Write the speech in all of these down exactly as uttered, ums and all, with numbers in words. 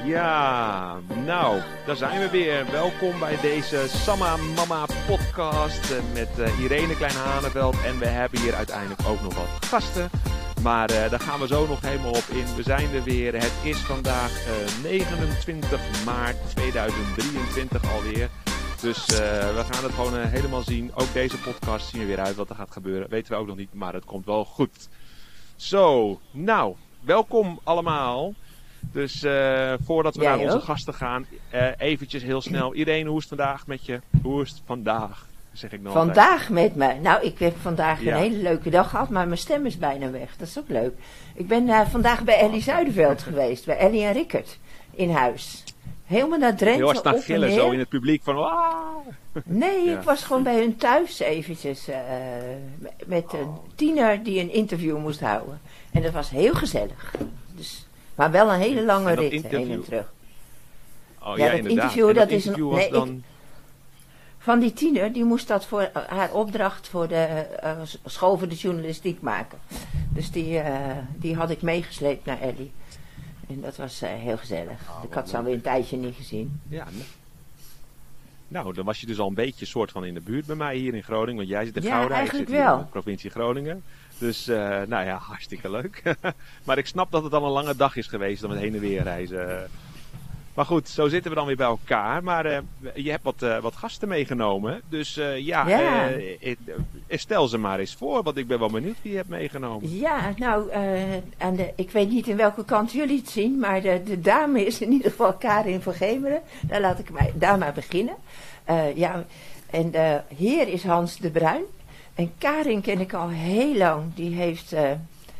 Ja, nou, daar zijn we weer. Welkom bij deze Samma Mama podcast uh, met uh, Irene Klein-Haneveld. En we hebben hier uiteindelijk ook nog wat gasten. Maar uh, daar gaan we zo nog helemaal op in. We zijn er weer. Het is vandaag uh, negenentwintig maart tweeduizend drieëntwintig alweer. Dus uh, we gaan het gewoon uh, helemaal zien. Ook deze podcast zien we weer uit wat er gaat gebeuren. Weten we ook nog niet, maar het komt wel goed. Zo, nou, welkom allemaal. Dus uh, voordat we ja, naar onze gasten gaan, uh, eventjes heel snel. Irene, hoe is het vandaag met je? Hoe is het vandaag? Zeg ik nog vandaag altijd. Met me? Nou, ik heb vandaag ja. een hele leuke dag gehad, maar mijn stem is bijna weg. Dat is ook leuk. Ik ben uh, vandaag bij Ellie Zuiderveld geweest, bij Ellie en Rickert in huis. Helemaal naar Drenthe. Heel hard staan gillen zo in het publiek van... Waaah! Nee, ja. ik was gewoon bij hun thuis eventjes. Uh, met een oh. tiener die een interview moest houden. En dat was heel gezellig. Dus, maar wel een hele lange rit interview... heen en terug. Oh, ja, ja, dat inderdaad. interview, dat, dat interview is een... Nee, dan... ik, van die tiener, die moest dat voor haar opdracht voor de uh, school voor de journalistiek maken. Dus die, uh, die had ik meegesleept naar Ellie. En dat was uh, heel gezellig. Oh, ik had ze alweer een tijdje niet gezien. Ja, ne? Nou, dan was je dus al een beetje soort van in de buurt bij mij hier in Groningen. Want jij zit in ja, Gouda, eigenlijk ik zit wel. in de provincie Groningen. Dus, uh, nou ja, hartstikke leuk. Maar ik snap dat het al een lange dag is geweest om het heen en weer reizen. Maar goed, zo zitten we dan weer bij elkaar. Maar uh, je hebt wat, uh, wat gasten meegenomen. Dus uh, ja, ja. Uh, uh, uh, stel ze maar eens voor. Want ik ben wel benieuwd wie je hebt meegenomen. Ja, nou, uh, aan de, ik weet niet in welke kant jullie het zien. Maar de, de dame is in ieder geval Karin van Gemeren. Daar laat ik mij, daar maar beginnen. Uh, ja, en de heer is Hans de Bruin. En Karin ken ik al heel lang. Die heeft, uh,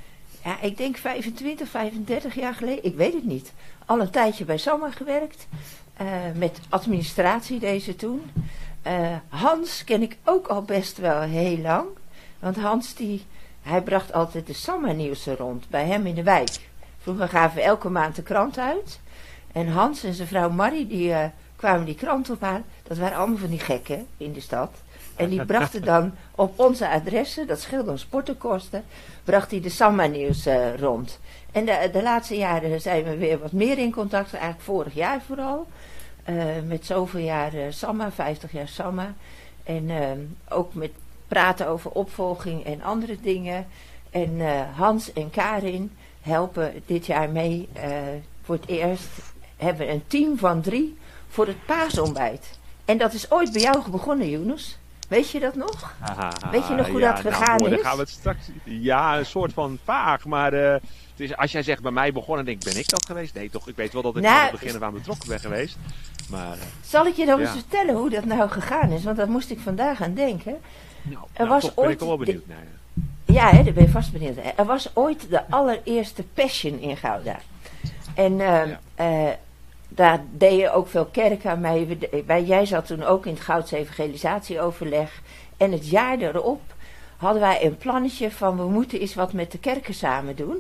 ja, ik denk vijfentwintig, vijfendertig jaar geleden. Ik weet het niet. Al een tijdje bij Samma gewerkt. Uh, met administratie deze toen. Uh, Hans ken ik ook al best wel heel lang. Want Hans die, hij bracht altijd de Samma nieuwsen rond. Bij hem in de wijk. Vroeger gaven we elke maand de krant uit. En Hans en zijn vrouw Marie die uh, kwamen die krant ophalen. Dat waren allemaal van die gekken in de stad. En die brachten dan op onze adressen, dat scheelde ons portokosten, bracht hij de Samma nieuws uh, rond. En de, de laatste jaren zijn we weer wat meer in contact, eigenlijk vorig jaar vooral. Uh, met zoveel jaar uh, Samma, vijftig jaar Samma. En uh, ook met praten over opvolging en andere dingen. En uh, Hans en Karin helpen dit jaar mee. Uh, voor het eerst hebben we een team van drie voor het paasontbijt. En dat is ooit bij jou begonnen, Jonas. Weet je dat nog? Aha, Weet je nog hoe ja, dat gegaan nou, is? Dan gaan we het straks... Ja, een soort van vaag, maar uh, het is, als jij zegt bij mij begonnen, denk ik, ben ik dat geweest? Nee, toch? Ik weet wel dat ik nou, van het begin af aan betrokken ben geweest. Maar, uh, zal ik je dan eens ja. vertellen hoe dat nou gegaan is? Want daar moest ik vandaag aan denken. Nou, er nou was toch ben ooit ik wel benieuwd de, naar. Ja, hè, daar ben je vast benieuwd. Er was ooit de allereerste Passion in Gouda. En uh, ja. uh, daar deden ook veel kerken aan mee. Wij, jij zat toen ook in het Goudse evangelisatieoverleg. En het jaar erop hadden wij een plannetje van we moeten eens wat met de kerken samen doen.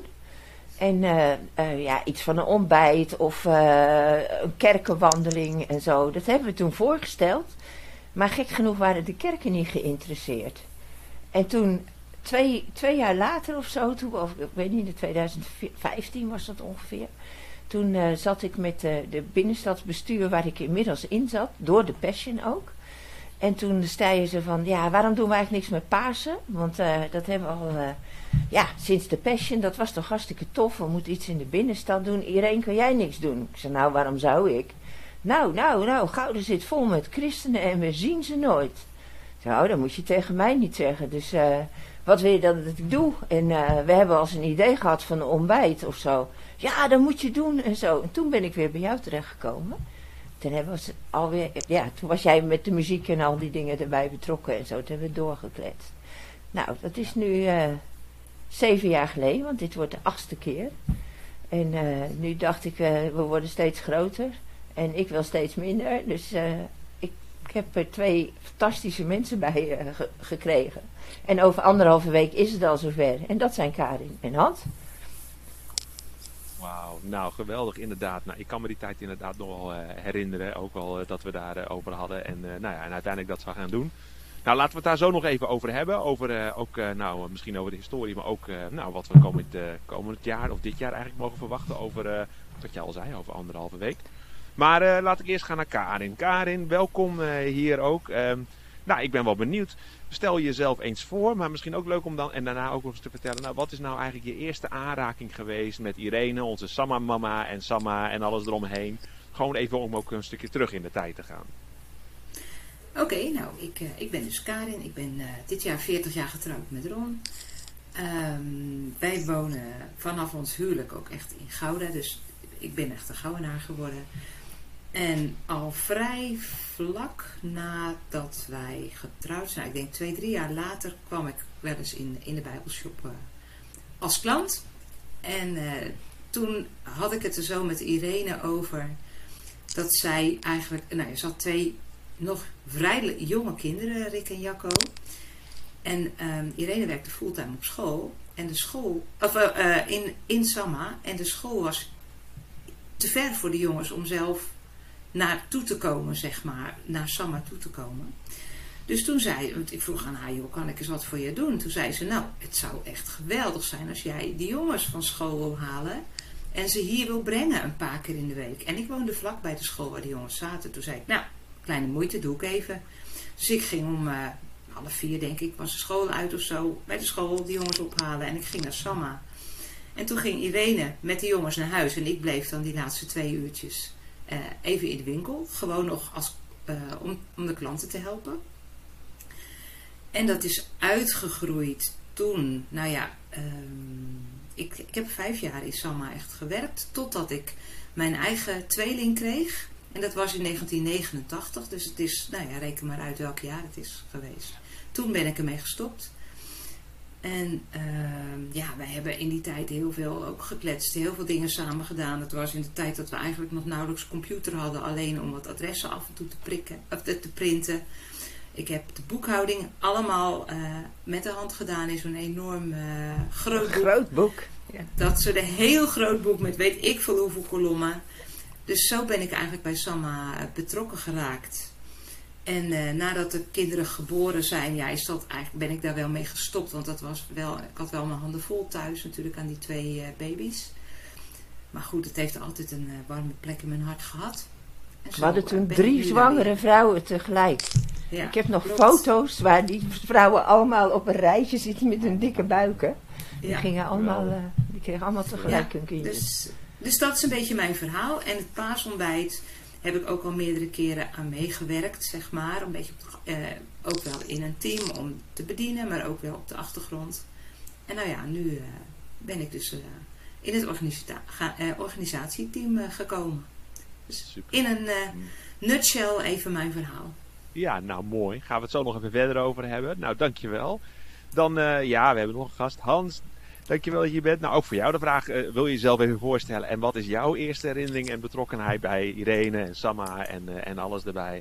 En uh, uh, ja, iets van een ontbijt of uh, een kerkenwandeling en zo. Dat hebben we toen voorgesteld. Maar gek genoeg waren de kerken niet geïnteresseerd. En toen, twee, twee jaar later of zo, toen, of, ik weet niet, in tweeduizend vijftien was dat ongeveer. Toen uh, zat ik met uh, de binnenstadsbestuur waar ik inmiddels in zat, door de Passion ook. En toen zeiden ze van, ja, waarom doen we eigenlijk niks met Pasen? Want uh, dat hebben we al, uh, ja, sinds de Passion, dat was toch hartstikke tof. We moeten iets in de binnenstad doen. Irene, kan jij niks doen? Ik zei, nou, waarom zou ik? Nou, nou, nou, Gouda zit vol met christenen en we zien ze nooit. Ik zei, oh, dat moet je tegen mij niet zeggen. Dus uh, wat wil je dan dat ik doe? En uh, we hebben al eens een idee gehad van een ontbijt of zo. Ja, dat moet je doen en zo. En toen ben ik weer bij jou terechtgekomen. Toen hebben we alweer, ja, toen was jij met de muziek en al die dingen erbij betrokken en zo. Toen hebben we doorgekletst. Nou, dat is nu uh, zeven jaar geleden, want dit wordt de achtste keer. En uh, nu dacht ik, uh, we worden steeds groter. En ik wil steeds minder. Dus uh, ik, ik heb er twee fantastische mensen bij uh, ge- gekregen. En over anderhalve week is het al zover. En dat zijn Karin en Hans. Wauw, nou geweldig inderdaad. Nou, ik kan me die tijd inderdaad nog wel uh, herinneren. Ook wel uh, dat we daar uh, over hadden. En, uh, nou ja, en uiteindelijk dat zou gaan doen. Nou, laten we het daar zo nog even over hebben. Over, uh, ook, uh, nou, misschien over de historie, maar ook uh, nou, wat we komend, uh, komend jaar of dit jaar eigenlijk mogen verwachten over, uh, wat je al zei, over anderhalve week. Maar uh, laat ik eerst gaan naar Karin. Karin, welkom uh, hier ook. Um, nou, ik ben wel benieuwd. Stel jezelf eens voor, maar misschien ook leuk om dan en daarna ook nog eens te vertellen. Nou, wat is nou eigenlijk je eerste aanraking geweest met Irene, onze Sama-mama en Sama en alles eromheen? Gewoon even om ook een stukje terug in de tijd te gaan. Oké, okay, nou, ik, uh, ik ben dus Karin. Ik ben uh, dit jaar veertig jaar getrouwd met Ron. Um, wij wonen vanaf ons huwelijk ook echt in Gouda, dus ik ben echt een Gouwenaar geworden. En al vrij vlak nadat wij getrouwd zijn, ik denk twee, drie jaar later, kwam ik wel eens in, in de Bijbelshop uh, als klant. En uh, toen had ik het er zo met Irene over dat zij eigenlijk, nou, je zat twee nog vrij jonge kinderen, Rick en Jacco. En um, Irene werkte fulltime op school. En de school, of uh, in, in Sama. En de school was te ver voor de jongens om zelf naartoe te komen, zeg maar. Naar Sama toe te komen. Dus toen zei, want ik vroeg aan haar, joh, kan ik eens wat voor je doen? Toen zei ze, nou, het zou echt geweldig zijn als jij die jongens van school wil halen. En ze hier wil brengen een paar keer in de week. En ik woonde vlak bij de school waar de jongens zaten. Toen zei ik, nou, kleine moeite, doe ik even. Dus ik ging om uh, half vier, denk ik, was de school uit of zo. Bij de school die jongens ophalen en ik ging naar Sama. En toen ging Irene met de jongens naar huis. En ik bleef dan die laatste twee uurtjes uh, even in de winkel. Gewoon nog als, uh, om, om de klanten te helpen. En dat is uitgegroeid toen, nou ja, um, ik, ik heb vijf jaar in Sama echt gewerkt. Totdat ik mijn eigen tweeling kreeg. En dat was in negentien negenentachtig. Dus het is, nou ja, reken maar uit welk jaar het is geweest. Toen ben ik ermee gestopt. En uh, ja, wij hebben in die tijd heel veel ook gekletst. Heel veel dingen samen gedaan. Het was in de tijd dat we eigenlijk nog nauwelijks computer hadden. Alleen om wat adressen af en toe te, prikken, of te, te printen. Ik heb de boekhouding allemaal uh, met de hand gedaan in zo'n enorm uh, groot boek. Groot boek. Ja. Dat soort een heel groot boek met weet ik veel hoeveel kolommen. Dus zo ben ik eigenlijk bij Sama betrokken geraakt. En uh, nadat de kinderen geboren zijn, ja, is dat eigenlijk, ben ik daar wel mee gestopt. Want dat was wel, ik had wel mijn handen vol thuis natuurlijk aan die twee uh, baby's. Maar goed, het heeft altijd een uh, warme plek in mijn hart gehad. En We hadden toen drie zwangere vrouwen tegelijk. Ja, ik heb nog klopt. foto's waar die vrouwen allemaal op een rijtje zitten met hun dikke buiken. Die, Ja. gingen allemaal, uh, die kregen allemaal tegelijk Ja, hun kinderen. dus, dus dat is een beetje mijn verhaal. En het paasontbijt heb ik ook al meerdere keren aan meegewerkt, zeg maar. Een beetje op de, uh, ook wel in een team om te bedienen, maar ook wel op de achtergrond. En nou ja, nu uh, ben ik dus uh, in het organisa- ga, uh, organisatieteam uh, gekomen. Dus Super. in een uh, nutshell even mijn verhaal. Ja, nou mooi. Gaan we het zo nog even verder over hebben. Nou, dankjewel. Dan, uh, ja, we hebben nog een gast. Hans, dankjewel dat je bent. Nou, ook voor jou de vraag, uh, wil je jezelf even voorstellen? En wat is jouw eerste herinnering en betrokkenheid bij Irene en Sama en, uh, en alles erbij?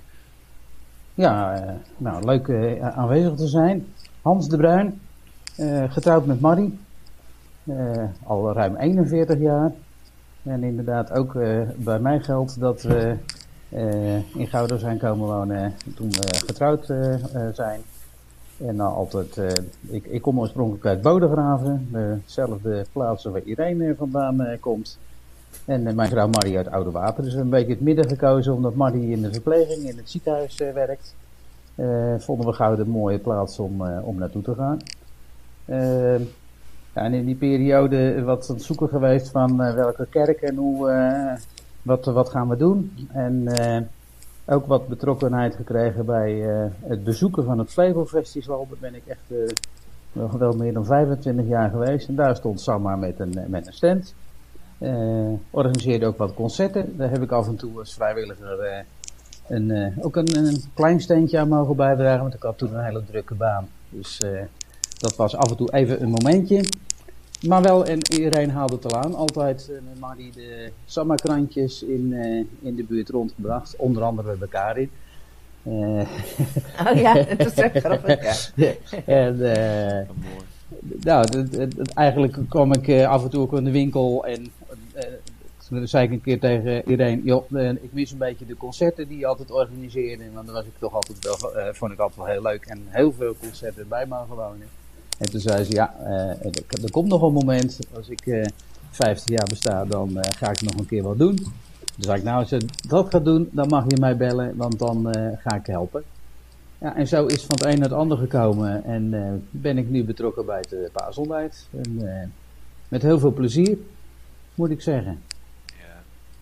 Ja, uh, nou, leuk uh, aanwezig te zijn. Hans de Bruin, uh, getrouwd met Marie. Uh, al ruim eenenveertig jaar. En inderdaad ook uh, bij mij geldt dat we uh, in Gouda zijn komen wonen toen we getrouwd uh, uh, zijn. En nou altijd, uh, ik, ik kom oorspronkelijk uit Bodegraven, dezelfde plaats waar Irene vandaan uh, komt. En uh, mijn vrouw Marie uit Oude Water. Dus we hebben een beetje het midden gekozen omdat Marie in de verpleging in het ziekenhuis uh, werkt. Uh, vonden we Gouda een mooie plaats om, uh, om naartoe te gaan. Uh, ja, en in die periode wat aan het zoeken geweest van uh, welke kerk en hoe, uh, wat, wat gaan we doen. En uh, ook wat betrokkenheid gekregen bij uh, het bezoeken van het Flevolfestival. Daar ben ik echt uh, wel, wel meer dan vijfentwintig jaar geweest. En daar stond Sama met een, met een stand. Uh, organiseerde ook wat concerten. Daar heb ik af en toe als vrijwilliger uh, een, uh, ook een, een klein steentje aan mogen bijdragen. Want ik had toen een hele drukke baan. Dus uh, dat was af en toe even een momentje. Maar wel, en iedereen haalde het al aan, altijd uh, met Marie de Sama-krantjes in, uh, in de buurt rondgebracht. Onder andere bij Karin. Uh, oh ja, dat is ook grappig. Ja. en, uh, nou, d- d- d- eigenlijk kwam ik uh, af en toe ook in de winkel en uh, Toen zei ik een keer tegen Irene, joh, uh, ik mis een beetje de concerten die je altijd organiseerde. Want dan was ik toch altijd wel, uh, vond ik altijd wel heel leuk. En heel veel concerten bij mogen wonen. En toen zei ze, ja, uh, er, er komt nog een moment, als ik uh, vijftig jaar besta, dan uh, ga ik nog een keer wat doen. Toen zei ik, nou, als je dat gaat doen, dan mag je mij bellen, want dan uh, ga ik helpen. Ja, en zo is van het een naar het ander gekomen. En uh, ben ik nu betrokken bij het uh, paasontbijt. En uh, met heel veel plezier, moet ik zeggen. Ja,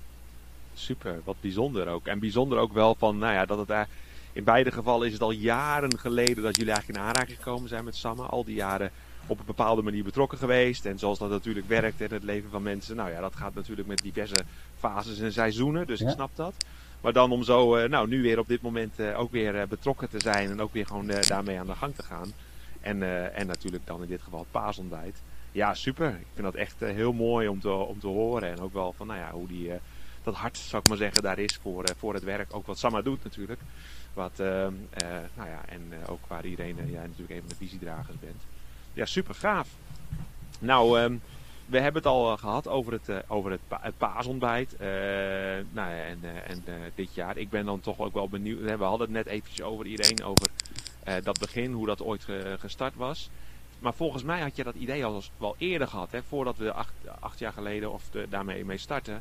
super, wat bijzonder ook. En bijzonder ook wel van, nou ja, dat het daar... In beide gevallen is het al jaren geleden dat jullie eigenlijk in aanraking gekomen zijn met Samma. Al die jaren op een bepaalde manier betrokken geweest. En zoals dat natuurlijk werkt in het leven van mensen. Nou ja, dat gaat natuurlijk met diverse fases en seizoenen. Dus ja. Ik snap dat. Maar dan om zo, uh, nou nu weer op dit moment uh, ook weer uh, betrokken te zijn. En ook weer gewoon uh, daarmee aan de gang te gaan. En, uh, en natuurlijk dan in dit geval het paasontbijt. Ja, super. Ik vind dat echt uh, heel mooi om te, om te horen. En ook wel van, nou ja, hoe die, uh, dat hart, zou ik maar zeggen, daar is voor, uh, voor het werk. Ook wat Samma doet natuurlijk. Wat, uh, uh, nou ja, en uh, ook waar iedereen, uh, jij natuurlijk een van de visiedragers bent. Ja, super gaaf. Nou, um, we hebben het al uh, gehad over het, uh, over het, pa- het paasontbijt. Uh, nou ja, en, uh, en uh, dit jaar. Ik ben dan toch ook wel benieuwd. We hadden het net eventjes over iedereen, over uh, dat begin, hoe dat ooit ge- gestart was. Maar volgens mij had je dat idee al wel eerder gehad, hè? Voordat we acht, acht jaar geleden of de, daarmee mee starten.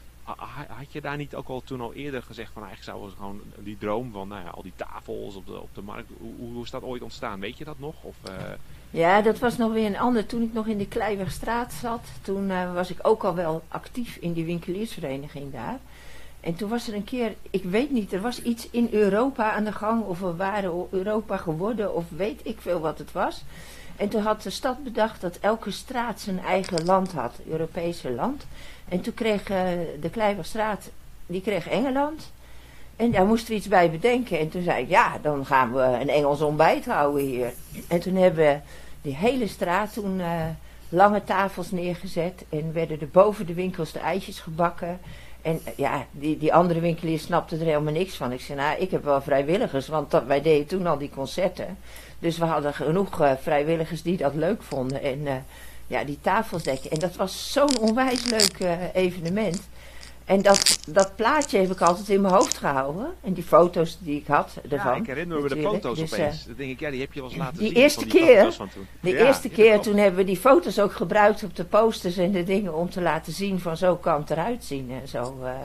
Had je daar niet ook al toen al eerder gezegd van, nou, eigenlijk zou gewoon die droom van, nou ja, al die tafels op de, op de markt, hoe, hoe is dat ooit ontstaan? Weet je dat nog? Of, uh... Ja, dat was nog weer een ander. Toen ik nog in de Kleiwegstraat zat, toen uh, was ik ook al wel actief in die winkeliersvereniging daar. En toen was er een keer, ik weet niet, er was iets in Europa aan de gang, of we waren Europa geworden, of weet ik veel wat het was. En toen had de stad bedacht dat elke straat zijn eigen land had, Europese land. En toen kreeg uh, de Kleiwegstraat, die kreeg Engeland. En daar moesten we iets bij bedenken. En toen zei ik, ja, dan gaan we een Engels ontbijt houden hier. En toen hebben we die hele straat toen uh, lange tafels neergezet. En werden er boven de winkels de eitjes gebakken. En uh, ja, die, die andere winkelier snapte er helemaal niks van. Ik zei, nou, ik heb wel vrijwilligers, want dat, wij deden toen al die concerten. Dus we hadden genoeg uh, vrijwilligers die dat leuk vonden. En uh, ja, die tafels dekken. En dat was zo'n onwijs leuk uh, evenement. En dat, dat plaatje heb ik altijd in mijn hoofd gehouden. En die foto's die ik had ervan. Ja, ik herinner me de foto's dus, opeens. Uh, Dan denk ik, ja, die heb je wel eens laten die zien. Eerste van die keer, van toen. de ja, eerste ja, keer, klopt. toen hebben we die foto's ook gebruikt op de posters en de dingen om te laten zien van zo kan het eruit zien en zo. Uh.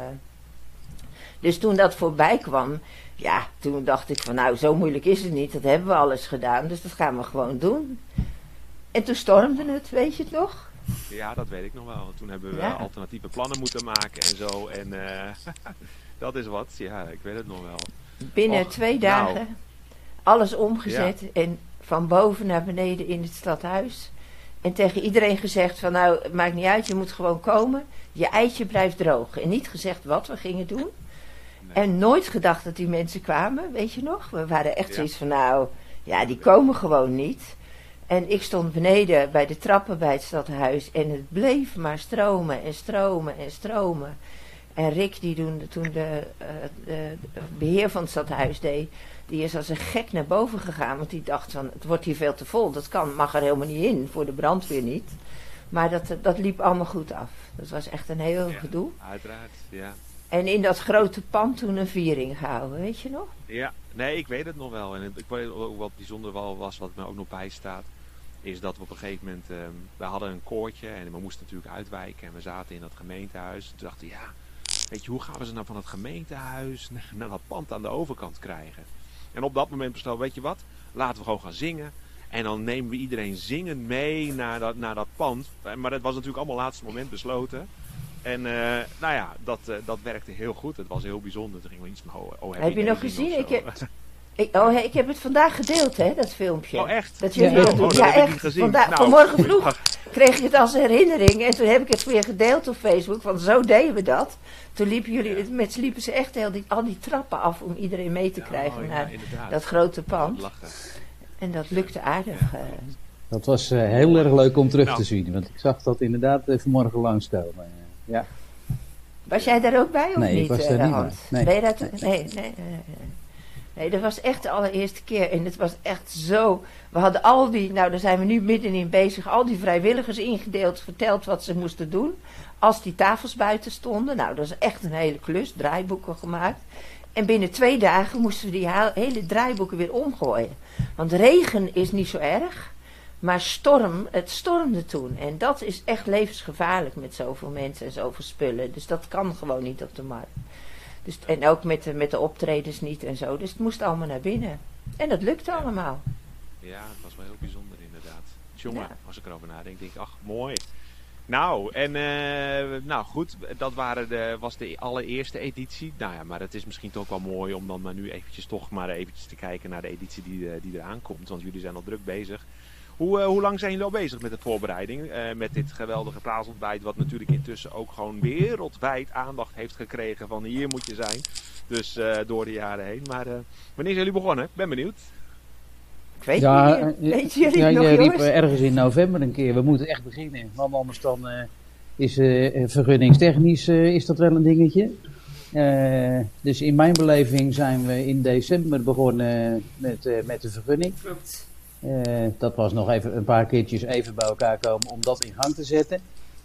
Dus toen dat voorbij kwam, ja, toen dacht ik van nou, zo moeilijk is het niet. Dat hebben we alles gedaan, dus dat gaan we gewoon doen. En toen stormde het, weet je het nog? Ja, dat weet ik nog wel. Toen hebben we Ja. alternatieve plannen moeten maken en zo. En uh, dat is wat. Ja, ik weet het nog wel. Binnen Och, twee dagen nou. alles omgezet en van boven naar beneden in het stadhuis. En tegen iedereen gezegd van nou, het maakt niet uit, je moet gewoon komen. Je eitje blijft droog. En niet gezegd wat we gingen doen. Nee. En nooit gedacht dat die mensen kwamen, weet je nog? We waren echt Ja. zoiets van nou, ja, die komen gewoon niet. En ik stond beneden bij de trappen bij het stadhuis en het bleef maar stromen en stromen en stromen. En Rick, die toen, toen de, uh, de, de beheer van het stadhuis deed, die is als een gek naar boven gegaan. Want die dacht van, het wordt hier veel te vol. Dat kan, mag er helemaal niet in, voor de brandweer niet. Maar dat, dat liep allemaal goed af. Dat was echt een heel Ja, gedoe. uiteraard, ja. En in dat grote pand toen een viering gehouden, weet je nog? Ja, nee, ik weet het nog wel. En het, ik weet ook wat bijzonder wel was, wat me ook nog bijstaat, is dat we op een gegeven moment, um, we hadden een koortje en we moesten natuurlijk uitwijken en we zaten in dat gemeentehuis. En toen dachten we, ja, weet je, hoe gaan we ze nou van het gemeentehuis naar, naar dat pand aan de overkant krijgen? En op dat moment besloten, weet je wat, laten we gewoon gaan zingen. En dan nemen we iedereen zingen mee naar dat, naar dat pand. Maar dat was natuurlijk allemaal laatste moment besloten. En uh, nou ja, dat, uh, dat werkte heel goed. Het was heel bijzonder. Toen gingen we iets van, oh, oh, heb, Heb je nog idee gezien? of Ik zo? heb, ik, oh, hey, ik heb het vandaag gedeeld, hè, dat filmpje. Oh, echt? Dat jullie Ja, dat oh, doen. dat Ja, heb ik echt. niet gezien. Vanda- Nou, vanmorgen vroeg kreeg ik het als herinnering. En toen heb ik het weer gedeeld op Facebook. Want zo deden we dat. Toen liepen jullie, Ja. met z'n liepen ze echt heel die, al die trappen af om iedereen mee te krijgen Oh, ja, naar inderdaad. dat grote pand. Lachen. En dat lukte aardig. Ja. Uh. Dat was uh, heel erg leuk om terug Nou. te zien, want ik zag dat inderdaad uh, vanmorgen langskomen. Uh, ja. Was jij daar ook bij of Nee, ik niet, was uh, daar niet Hans? bij. Nee. Ben je dat? Nee. Nee, nee, nee, nee. Nee, dat was echt de allereerste keer. En het was echt zo... We hadden al die... Nou, daar zijn we nu middenin bezig. Al die vrijwilligers ingedeeld, verteld wat ze moesten doen. Als die tafels buiten stonden. Nou, dat was echt een hele klus. Draaiboeken gemaakt. En binnen twee dagen moesten we die hele draaiboeken weer omgooien. Want regen is niet zo erg. Maar storm, het stormde toen. En dat is echt levensgevaarlijk met zoveel mensen en zoveel spullen. Dus dat kan gewoon niet op de markt. Dus, en ook met de, met de optredens niet en zo. Dus het moest allemaal naar binnen. En dat lukte allemaal. Ja, het was wel heel bijzonder inderdaad. Jongen, ja. Als ik erover nadenk, denk ik, ach, mooi. Nou, en uh, nou goed, dat waren de, was de allereerste editie. Nou ja, maar het is misschien toch wel mooi om dan maar nu eventjes toch maar eventjes te kijken naar de editie die, die eraan komt. Want jullie zijn al druk bezig. Hoe, uh, hoe lang zijn jullie al bezig met de voorbereiding? Uh, met dit geweldige plaasontbijt, wat natuurlijk intussen ook gewoon wereldwijd aandacht heeft gekregen van hier moet je zijn. Dus uh, door de jaren heen. Maar uh, wanneer zijn jullie begonnen? Ik ben benieuwd. Ik weet ja, niet. Weet jullie ja, nog, je riep jongens? ergens in november een keer, we moeten echt beginnen. Want anders dan uh, is uh, vergunningstechnisch uh, is dat wel een dingetje. Uh, dus in mijn beleving zijn we in december begonnen met, uh, met de vergunning. Klopt. Uh, dat was nog even een paar keertjes even bij elkaar komen om dat in gang te zetten.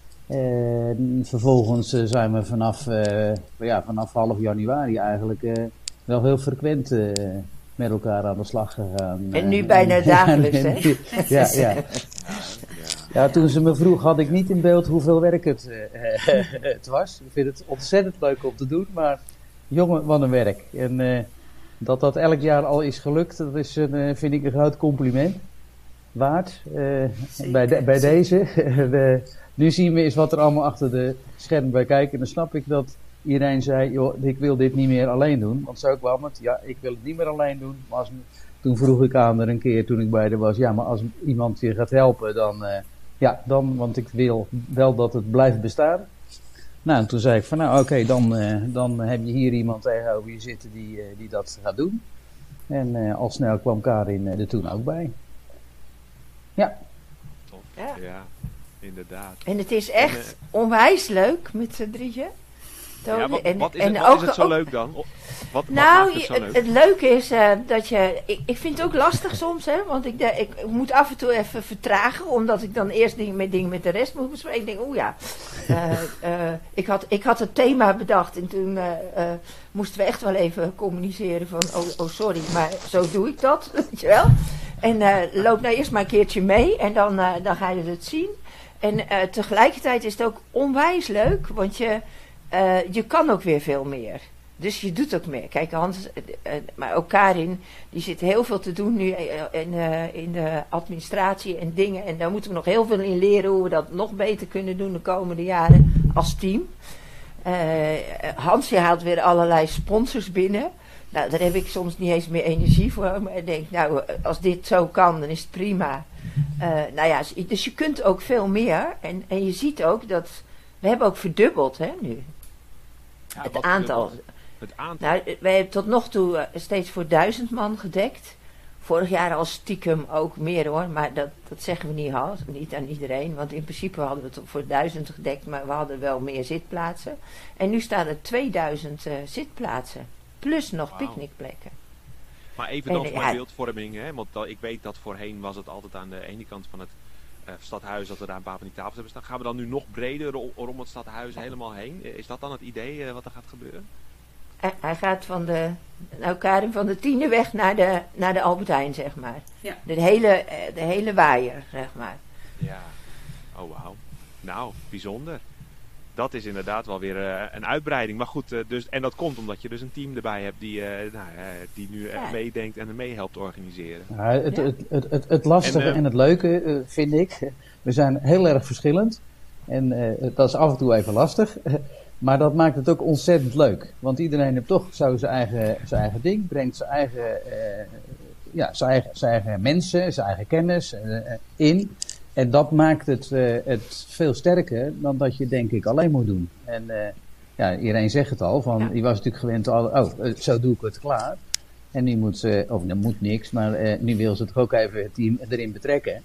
Uh, vervolgens uh, zijn we vanaf, uh, ja, vanaf half januari eigenlijk uh, wel heel frequent uh, met elkaar aan de slag gegaan. En nu bijna dagelijks, hè? Ja, ja. Ja, toen ze me vroeg had ik niet in beeld hoeveel werk het, uh, het was. Ik vind het ontzettend leuk om te doen, maar jongen, wat een werk. En uh, dat dat elk jaar al is gelukt, dat is een, uh, vind ik een groot compliment waard. Uh, bij de, bij deze. de, nu zien we eens wat er allemaal achter de schermen bij kijken. En dan snap ik dat iedereen zei, joh, ik wil dit niet meer alleen doen. Want zo kwam het, ja, ik wil het niet meer alleen doen. Maar als, toen vroeg ik aan er een keer, toen ik bij haar was, ja, maar als iemand je gaat helpen, dan, uh, ja, dan, want ik wil wel dat het blijft bestaan. Nou, en toen zei ik van, nou, oké, okay, dan, uh, dan heb je hier iemand tegenover je zitten die, uh, die dat gaat doen. En uh, al snel kwam Karin uh, er toen ook bij. Ja. Tof. Ja. Ja, inderdaad. En het is echt en, uh, onwijs leuk met z'n drieën. Ja, wat, en, wat is, en het, wat ook, is het zo ook, leuk dan? Wat, nou, wat maakt het zo leuk? Het, het leuke is uh, dat je... Ik, ik vind het ook lastig soms, hè. Want ik, ik, ik moet af en toe even vertragen. Omdat ik dan eerst dingen met, dingen met de rest moet bespreken. Ik denk, oeh ja. Uh, uh, ik, had, ik had het thema bedacht. En toen uh, uh, moesten we echt wel even communiceren van... Oh, oh sorry, maar zo doe ik dat. Weet je wel? En uh, loop nou eerst maar een keertje mee. En dan, uh, dan ga je het zien. En uh, tegelijkertijd is het ook onwijs leuk. Want je... Uh, je kan ook weer veel meer. Dus je doet ook meer. Kijk, Hans, uh, uh, maar ook Karin, die zit heel veel te doen nu in, uh, in de administratie en dingen. En daar moeten we nog heel veel in leren hoe we dat nog beter kunnen doen de komende jaren als team. Uh, Hans, je haalt weer allerlei sponsors binnen. Nou, daar heb ik soms niet eens meer energie voor. Maar ik denk, nou, als dit zo kan, dan is het prima. Uh, nou ja, dus je kunt ook veel meer. En, en je ziet ook dat... We hebben ook verdubbeld, hè, nu. Ja, het aantal. Het aantal. Nou, wij hebben tot nog toe uh, steeds voor duizend man gedekt. Vorig jaar al stiekem ook meer hoor, maar dat, dat zeggen we niet, al, niet aan iedereen. Want in principe hadden we het voor duizend gedekt, maar we hadden wel meer zitplaatsen. En nu staan er tweeduizend uh, zitplaatsen, plus nog wow. picknickplekken. Maar even dan voor mijn ja, beeldvorming, hè, want uh, ik weet dat voorheen was het altijd aan de ene kant van het uh, stadhuis dat we daar een paar van die tafels hebben staan. Gaan we dan nu nog breder rondom het stadhuis helemaal heen? Is dat dan het idee uh, wat er gaat gebeuren? Hij gaat van de, nou Karin, van de Tieneweg naar de, naar de Albert Heijn, zeg maar. Ja. De, hele, de hele waaier, zeg maar. Ja, oh wauw. Nou, bijzonder. Dat is inderdaad wel weer uh, een uitbreiding. Maar goed, uh, dus, en dat komt omdat je dus een team erbij hebt die, uh, nou, uh, die nu uh, ja. meedenkt en er mee helpt organiseren. Ja, het, ja. het, het, het, het lastige en, uh, en het leuke uh, vind ik, we zijn heel erg verschillend. En uh, dat is af en toe even lastig. Maar dat maakt het ook ontzettend leuk. Want iedereen heeft toch zo zijn eigen, zijn eigen ding. Brengt zijn eigen, uh, ja, zijn eigen, zijn eigen mensen, zijn eigen kennis uh, in. En dat maakt het, uh, het veel sterker dan dat je denk ik alleen moet doen. En uh, ja, iedereen zegt het al. Van, ja. Die was natuurlijk gewend al, oh, uh, zo doe ik het klaar. En nu moet ze, of dat moet niks, maar uh, nu wil ze toch ook even het team erin betrekken.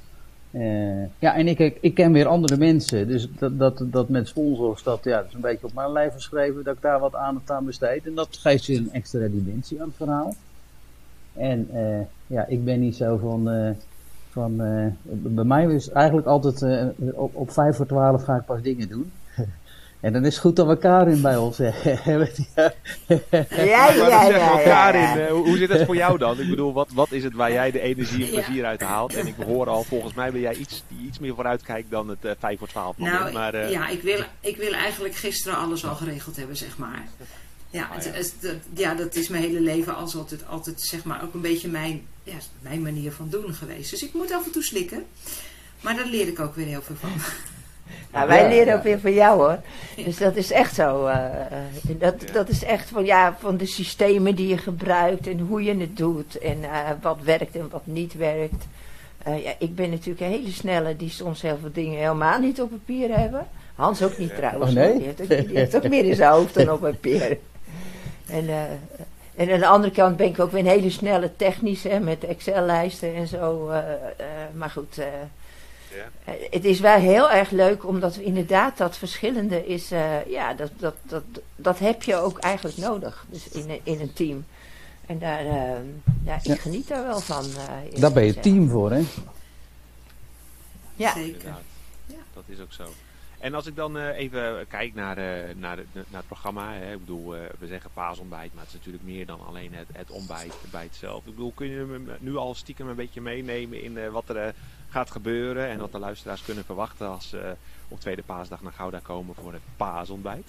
Uh, ja, en ik, ik, ik ken weer andere mensen, dus dat, dat, dat met sponsors, dat, ja, dat is een beetje op mijn lijf geschreven, dat ik daar wat aandacht aan besteed. En dat geeft je een extra dimensie aan het verhaal. En uh, ja, ik ben niet zo van... Uh, van uh, bij mij is eigenlijk altijd uh, op, op vijf voor twaalf ga ik pas dingen doen. En dan is het goed dat we Karin bij ons hebben. ja, ja, ja, ja, Karin, ja. uh, hoe zit het voor jou dan? Ik bedoel, wat, wat is het waar jij de energie en plezier uit haalt? En ik hoor al, volgens mij ben jij iets, die iets meer vooruit kijkt dan het uh, vijf voor twaalf. Nou, maar, uh, ja, ik wil, ik wil eigenlijk gisteren alles al geregeld hebben, zeg maar. Ja, het, het, het, ja, dat is mijn hele leven als altijd, altijd zeg maar, ook een beetje mijn, ja, mijn manier van doen geweest. Dus ik moet af en toe slikken. Maar daar leer ik ook weer heel veel van. Nou, wij leren ook weer van jou hoor. Dus dat is echt zo. Uh, dat, dat is echt van, ja, van de systemen die je gebruikt en hoe je het doet. En uh, wat werkt en wat niet werkt. Uh, ja, ik ben natuurlijk een hele snelle die soms heel veel dingen helemaal niet op papier hebben. Hans ook niet trouwens. Oh, nee? Die heeft ook, die heeft ook meer in zijn hoofd dan op papier. En, uh, en aan de andere kant ben ik ook weer een hele snelle technische, hè, met Excel-lijsten en zo. Uh, uh, maar goed, uh, ja. uh, het is wel heel erg leuk, omdat we inderdaad dat verschillende is, uh, ja, dat, dat, dat, dat heb je ook eigenlijk nodig, dus in, in een team. En daar, uh, ja, ik ja. geniet daar wel van. Uh, daar ben je team voor, hè? Ja, zeker. Ja. Dat is ook zo. En als ik dan uh, even kijk naar, uh, naar, de, naar het programma, hè, ik bedoel, uh, we zeggen paasontbijt, maar het is natuurlijk meer dan alleen het, het ontbijt bij het zelf. Ik bedoel, kun je me nu al stiekem een beetje meenemen in uh, wat er uh, gaat gebeuren en wat de luisteraars kunnen verwachten als uh, op tweede paasdag naar Gouda komen voor het paasontbijt?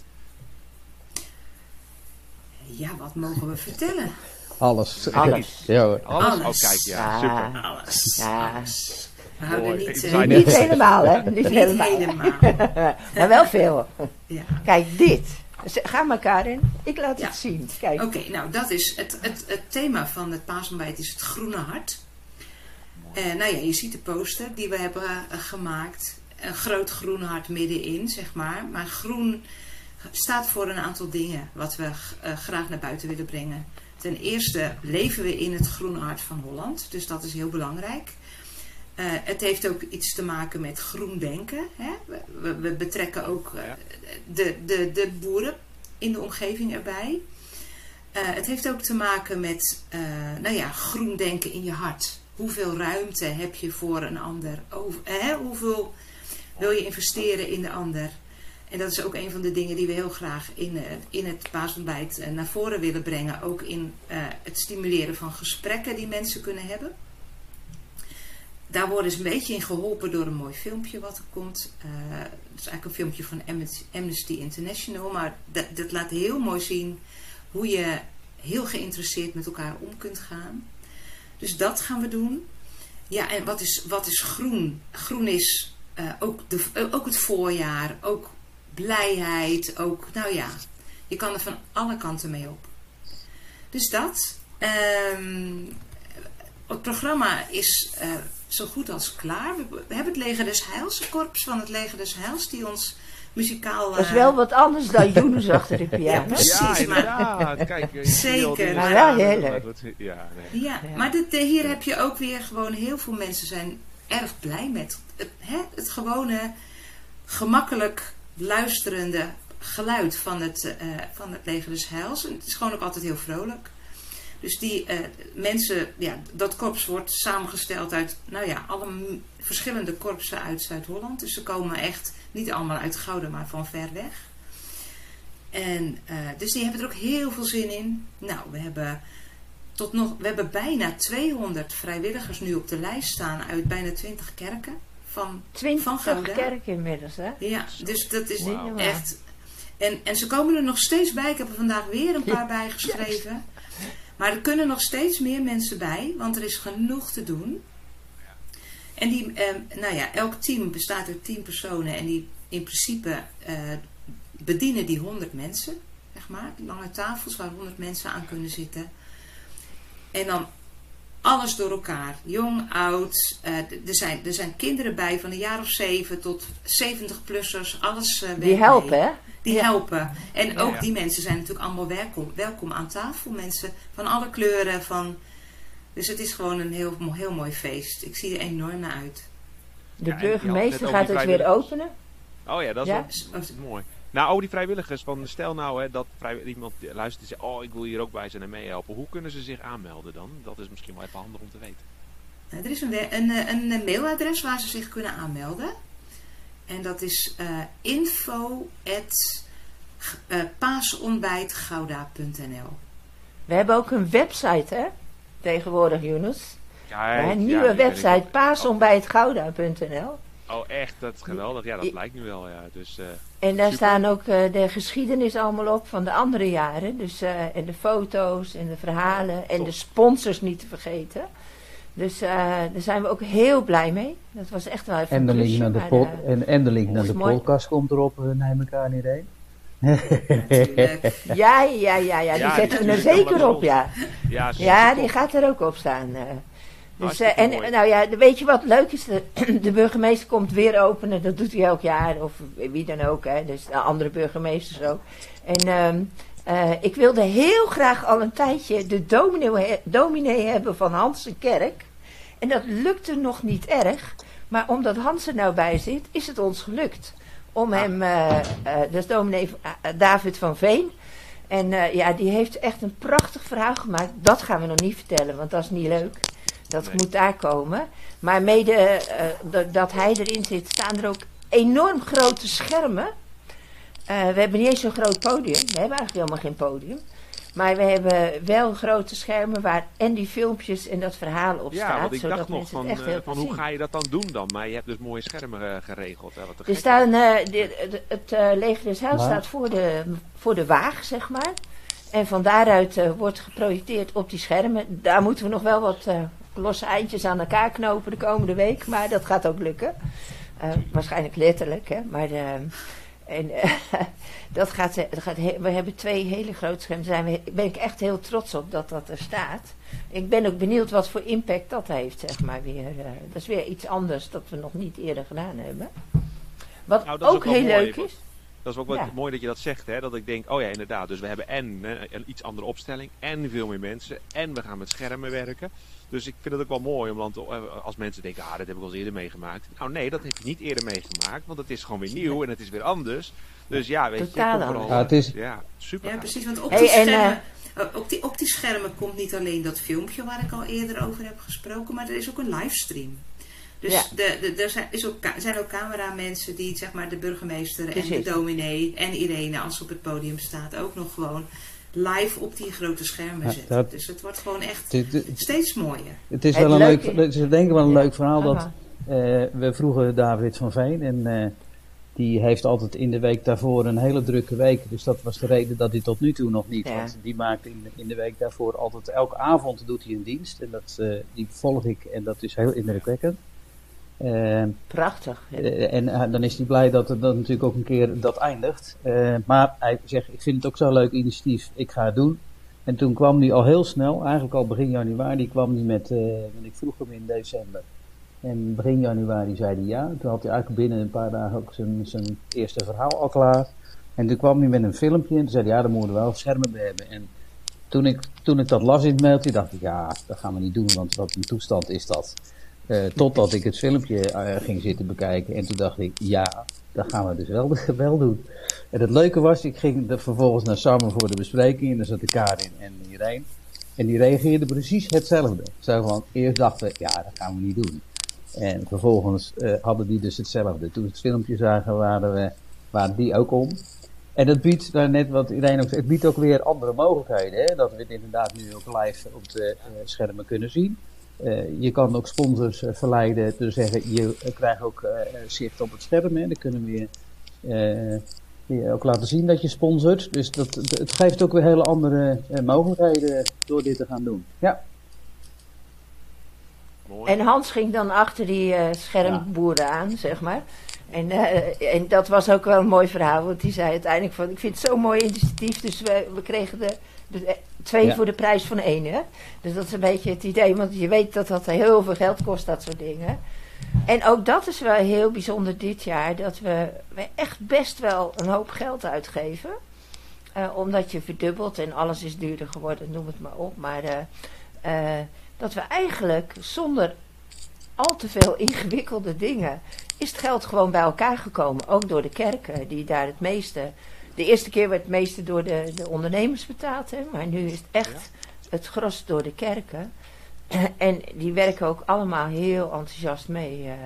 Ja, wat mogen we vertellen? Alles. Alles. Ja, hoor. Alles? Alles. Oh, kijk, ja, ja. super. Alles. Ja. Alles. We houden Mooi. niet... Ik Uh, Niet, niet helemaal, hè? Niet niet helemaal. helemaal. Maar wel veel. Ja. Kijk, dit. Ga maar, Karin. Ik laat Ja. het zien. Kijk. Oké, okay, nou dat is het, het, het thema van het paasontbijt is het groene hart. Uh, nou ja, je ziet de poster die we hebben uh, gemaakt. Een groot groen hart middenin, zeg maar. Maar groen staat voor een aantal dingen wat we uh, graag naar buiten willen brengen. Ten eerste leven we in het groene hart van Holland. Dus dat is heel belangrijk. Uh, het heeft ook iets te maken met groen denken. Hè? We, we betrekken ook uh, de, de, de boeren in de omgeving erbij. Uh, het heeft ook te maken met uh, nou ja, groen denken in je hart. Hoeveel ruimte heb je voor een ander? Over, hè? Hoeveel wil je investeren in de ander? En dat is ook een van de dingen die we heel graag in, uh, in het paasontbijt uh, naar voren willen brengen. Ook in uh, het stimuleren van gesprekken die mensen kunnen hebben. Daar worden ze een beetje in geholpen door een mooi filmpje wat er komt. Uh, dat is eigenlijk een filmpje van Amnesty International. Maar dat, dat laat heel mooi zien hoe je heel geïnteresseerd met elkaar om kunt gaan. Dus dat gaan we doen. Ja, en wat is, wat is groen? Groen is uh, ook, de, uh, ook het voorjaar, ook blijheid, ook, nou ja, je kan er van alle kanten mee op. Dus dat. Um, het programma is uh, zo goed als klaar. We, we hebben het Leger des Heils, het korps van het Leger des Heils, die ons muzikaal... Uh, dat is wel wat anders dan Jonas achter de piano. Ja, precies. Ja, inderdaad. Kijk, zeker. Maar wel heel leuk. Ja, nee. ja, maar dit, hier heb je ook weer gewoon heel veel mensen zijn erg blij met het, hè, het gewone, gemakkelijk luisterende geluid van het, uh, van het Leger des Heils. En het is gewoon ook altijd heel vrolijk. Dus die uh, mensen, ja, dat korps wordt samengesteld uit, nou ja, alle m- verschillende korpsen uit Zuid-Holland. Dus ze komen echt niet allemaal uit Gouda, maar van ver weg. En uh, dus die hebben er ook heel veel zin in. Nou, we hebben tot nog, we hebben bijna tweehonderd vrijwilligers nu op de lijst staan uit bijna twintig kerken van, twintig van Gouda. kerken inmiddels, hè? Ja, dus dat is Wow. echt. En, en ze komen er nog steeds bij. Ik heb er vandaag weer een paar bij geschreven. Maar er kunnen nog steeds meer mensen bij, want er is genoeg te doen. En die, eh, nou ja, elk team bestaat uit tien personen en die in principe eh, bedienen die honderd mensen, zeg maar. Lange tafels waar honderd mensen aan kunnen zitten. En dan alles door elkaar. Jong, oud. Uh, er, zijn, er zijn kinderen bij van een jaar of zeven tot zeventig-plussers. Alles uh, Die helpen, mee. hè? Die Ja. helpen. En ook Ja. die mensen zijn natuurlijk allemaal welkom, welkom aan tafel. Mensen van alle kleuren. Van... Dus het is gewoon een heel, heel mooi feest. Ik zie er enorm naar uit. De Ja, en je had burgemeester net gaat over het die weer openen. Oh ja, dat is Ja? wel dat is mooi. Nou, over die vrijwilligers, van stel nou hè, dat vrij, iemand luistert en zegt, oh, ik wil hier ook bij zijn en meehelpen. Hoe kunnen ze zich aanmelden dan? Dat is misschien wel even handig om te weten. Nou, er is een, een, een, een mailadres waar ze zich kunnen aanmelden. En dat is uh, info at paasontbijtgouda punt n l. We hebben ook een website, hè? Tegenwoordig, Yunus. Ja, een nieuwe ja, website, paasontbijtgouda punt n l. Oh, echt? Dat is geweldig. Ja, dat lijkt nu wel, ja. Dus, uh, en daar super. staan ook uh, de geschiedenis allemaal op van de andere jaren. Dus, uh, en de foto's en de verhalen en Top. de sponsors niet te vergeten. Dus uh, daar zijn we ook heel blij mee. Dat was echt wel even En de een link plusje, naar de, maar, pod, uh, en, en de, link naar de mooi. podcast komt erop, uh, neem ik aan iedereen. ja, ja, ja, ja, die Ja, zetten we er natuurlijk, zeker allemaal op, ja. Ja, Ja, die gaat er ook op staan. Uh. Dus, uh, en mooi. nou ja, weet je wat leuk is? De, de burgemeester komt weer openen, dat doet hij elk jaar, of wie dan ook, hè. Dus de andere burgemeesters ook. En um, uh, ik wilde heel graag al een tijdje de dominee, dominee hebben van Hansenkerk. En dat lukte nog niet erg, maar omdat Hans er nou bij zit, is het ons gelukt. Om Ah. hem, uh, uh, dat is dominee uh, David van Veen. En uh, ja, die heeft echt een prachtig verhaal gemaakt. Dat gaan we nog niet vertellen, want dat is niet leuk. Dat Nee. moet daar komen. Maar mede uh, d- dat hij erin zit, staan er ook enorm grote schermen. Uh, we hebben niet eens zo'n groot podium. We hebben eigenlijk helemaal geen podium. Maar we hebben wel grote schermen waar en die filmpjes en dat verhaal op Ja, staat. want ik zodat dacht nog mensen van, het echt uh, heel van goed hoe zien. ga je dat dan doen dan? Maar je hebt dus mooie schermen uh, geregeld. Hè, wat te Er gek. staan, uh, de, de, het uh, Leger des Heils Maar- staat voor de, voor de waag, zeg maar. En van daaruit uh, wordt geprojecteerd op die schermen. Daar moeten we nog wel wat uh, losse eindjes aan elkaar knopen de komende week. Maar dat gaat ook lukken. Uh, waarschijnlijk letterlijk, hè. Maar uh, en, uh, dat gaat, dat gaat he- we hebben twee hele grote schermen. Daar zijn we, ben ik echt heel trots op dat dat er staat. Ik ben ook benieuwd wat voor impact dat heeft, zeg maar weer. Uh, dat is weer iets anders dat we nog niet eerder gedaan hebben. Wat Nou, dat is ook wel heel mooi, leuk want is. Dat is ook wel Ja. mooi dat je dat zegt, hè? Dat ik denk, oh ja, inderdaad. Dus we hebben en hè, een iets andere opstelling en veel meer mensen en we gaan met schermen werken. Dus ik vind het ook wel mooi om dan te, als mensen denken, ah, dat heb ik al eens eerder meegemaakt. Nou nee, dat heb je niet eerder meegemaakt, want het is gewoon weer nieuw en het is weer anders. Dus ja, weet Totaal je, kom vooral, anders. Ja, het is- ja, super. Ja, gaaf. precies. Want op, Hey, die en, schermen, uh, op, die, op die schermen komt niet alleen dat filmpje waar ik al eerder over heb gesproken, maar er is ook een livestream. Dus Ja. de, de, er zijn, is ook, ka- zijn ook cameramensen die zeg maar, de burgemeester en Precies. de dominee en Irene, als ze op het podium staat, ook nog gewoon live op die grote schermen Ja, zetten. dat- Dus het wordt gewoon echt Het, het- steeds mooier. het is Het wel een leuk, leuke- het is denk ik wel een Ja. leuk verhaal dat Aha. eh, we vroegen David van Veen en eh, die heeft altijd in de week daarvoor een hele drukke week. Dus dat was de reden dat hij tot nu toe nog niet. Ja. Want die maakt in, de- in de week daarvoor altijd elke avond doet hij een dienst. En dat, eh, die volg ik en dat is heel indrukwekkend. Eh, Prachtig. Ja. Eh, en eh, dan is hij blij dat het dan natuurlijk ook een keer dat eindigt. Eh, maar hij zegt, ik vind het ook zo'n leuk initiatief, ik ga het doen. En toen kwam hij al heel snel, eigenlijk al begin januari, kwam hij met, eh, want ik vroeg hem in december. En begin januari zei hij ja. Toen had hij eigenlijk binnen een paar dagen ook zijn, zijn eerste verhaal al klaar. En toen kwam hij met een filmpje en toen zei hij, ja, dan moeten we wel schermen bij hebben. En toen ik, toen ik dat las in het mailtje, dacht ik, ja, dat gaan we niet doen, want wat een toestand is dat. Uh, totdat ik het filmpje uh, ging zitten bekijken. En toen dacht ik, ja, dat gaan we dus wel, wel doen. En het leuke was, ik ging er vervolgens naar Samen voor de bespreking. En daar zat de Karin en Irene. En die reageerden precies hetzelfde. Zo van, eerst dachten we, ja, dat gaan we niet doen. En vervolgens uh, hadden die dus hetzelfde. Toen we het filmpje zagen, waren, we, waren die ook om. En dat biedt, nou net wat Irene ook zei, het biedt ook weer andere mogelijkheden. Hè? Dat we het inderdaad nu ook live op de uh, schermen kunnen zien. Uh, je kan ook sponsors uh, verleiden te zeggen, je uh, krijgt ook uh, zicht op het scherm. Hè. Dan kunnen we je, uh, je ook laten zien dat je sponsort. Dus dat, het geeft ook weer hele andere uh, mogelijkheden door dit te gaan doen. Ja. Mooi. En Hans ging dan achter die uh, schermboeren ja. aan, zeg maar. En, uh, en dat was ook wel een mooi verhaal, want die zei uiteindelijk van, ik vind het zo'n mooi initiatief, dus we, we kregen de, de twee ja. voor de prijs van één, hè. Dus dat is een beetje het idee, want je weet dat dat heel veel geld kost, dat soort dingen. En ook dat is wel heel bijzonder dit jaar, dat we, we echt best wel een hoop geld uitgeven. Uh, omdat je verdubbelt en alles is duurder geworden, noem het maar op. Maar uh, uh, dat we eigenlijk zonder al te veel ingewikkelde dingen, is het geld gewoon bij elkaar gekomen. Ook door de kerken, die daar het meeste... De eerste keer werd het meeste door de, de ondernemers betaald, hè, maar nu is het echt ja. het gros door de kerken. En die werken ook allemaal heel enthousiast mee. Uh, ja.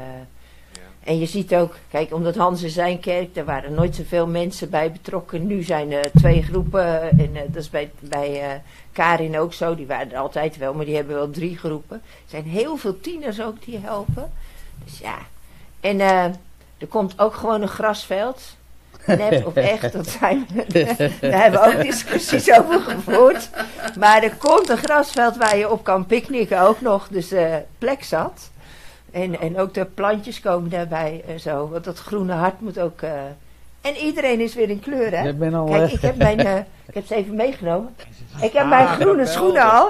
En je ziet ook, kijk, omdat Hans in zijn kerk, daar waren nooit zoveel mensen bij betrokken. Nu zijn er twee groepen, en uh, dat is bij, bij uh, Karin ook zo, die waren er altijd wel, maar die hebben wel drie groepen. Er zijn heel veel tieners ook die helpen. Dus ja, en uh, er komt ook gewoon een grasveld. Net of echt, dat zijn we, daar hebben we ook discussies over gevoerd. Maar er komt een grasveld waar je op kan picknicken ook nog, dus uh, plek zat. En, en ook de plantjes komen daarbij en zo, want dat groene hart moet ook... Uh, en iedereen is weer in kleur, hè? Ben al, Kijk, ik heb mijn, uh, ik heb ze even meegenomen. Ik heb mijn groene schoenen al.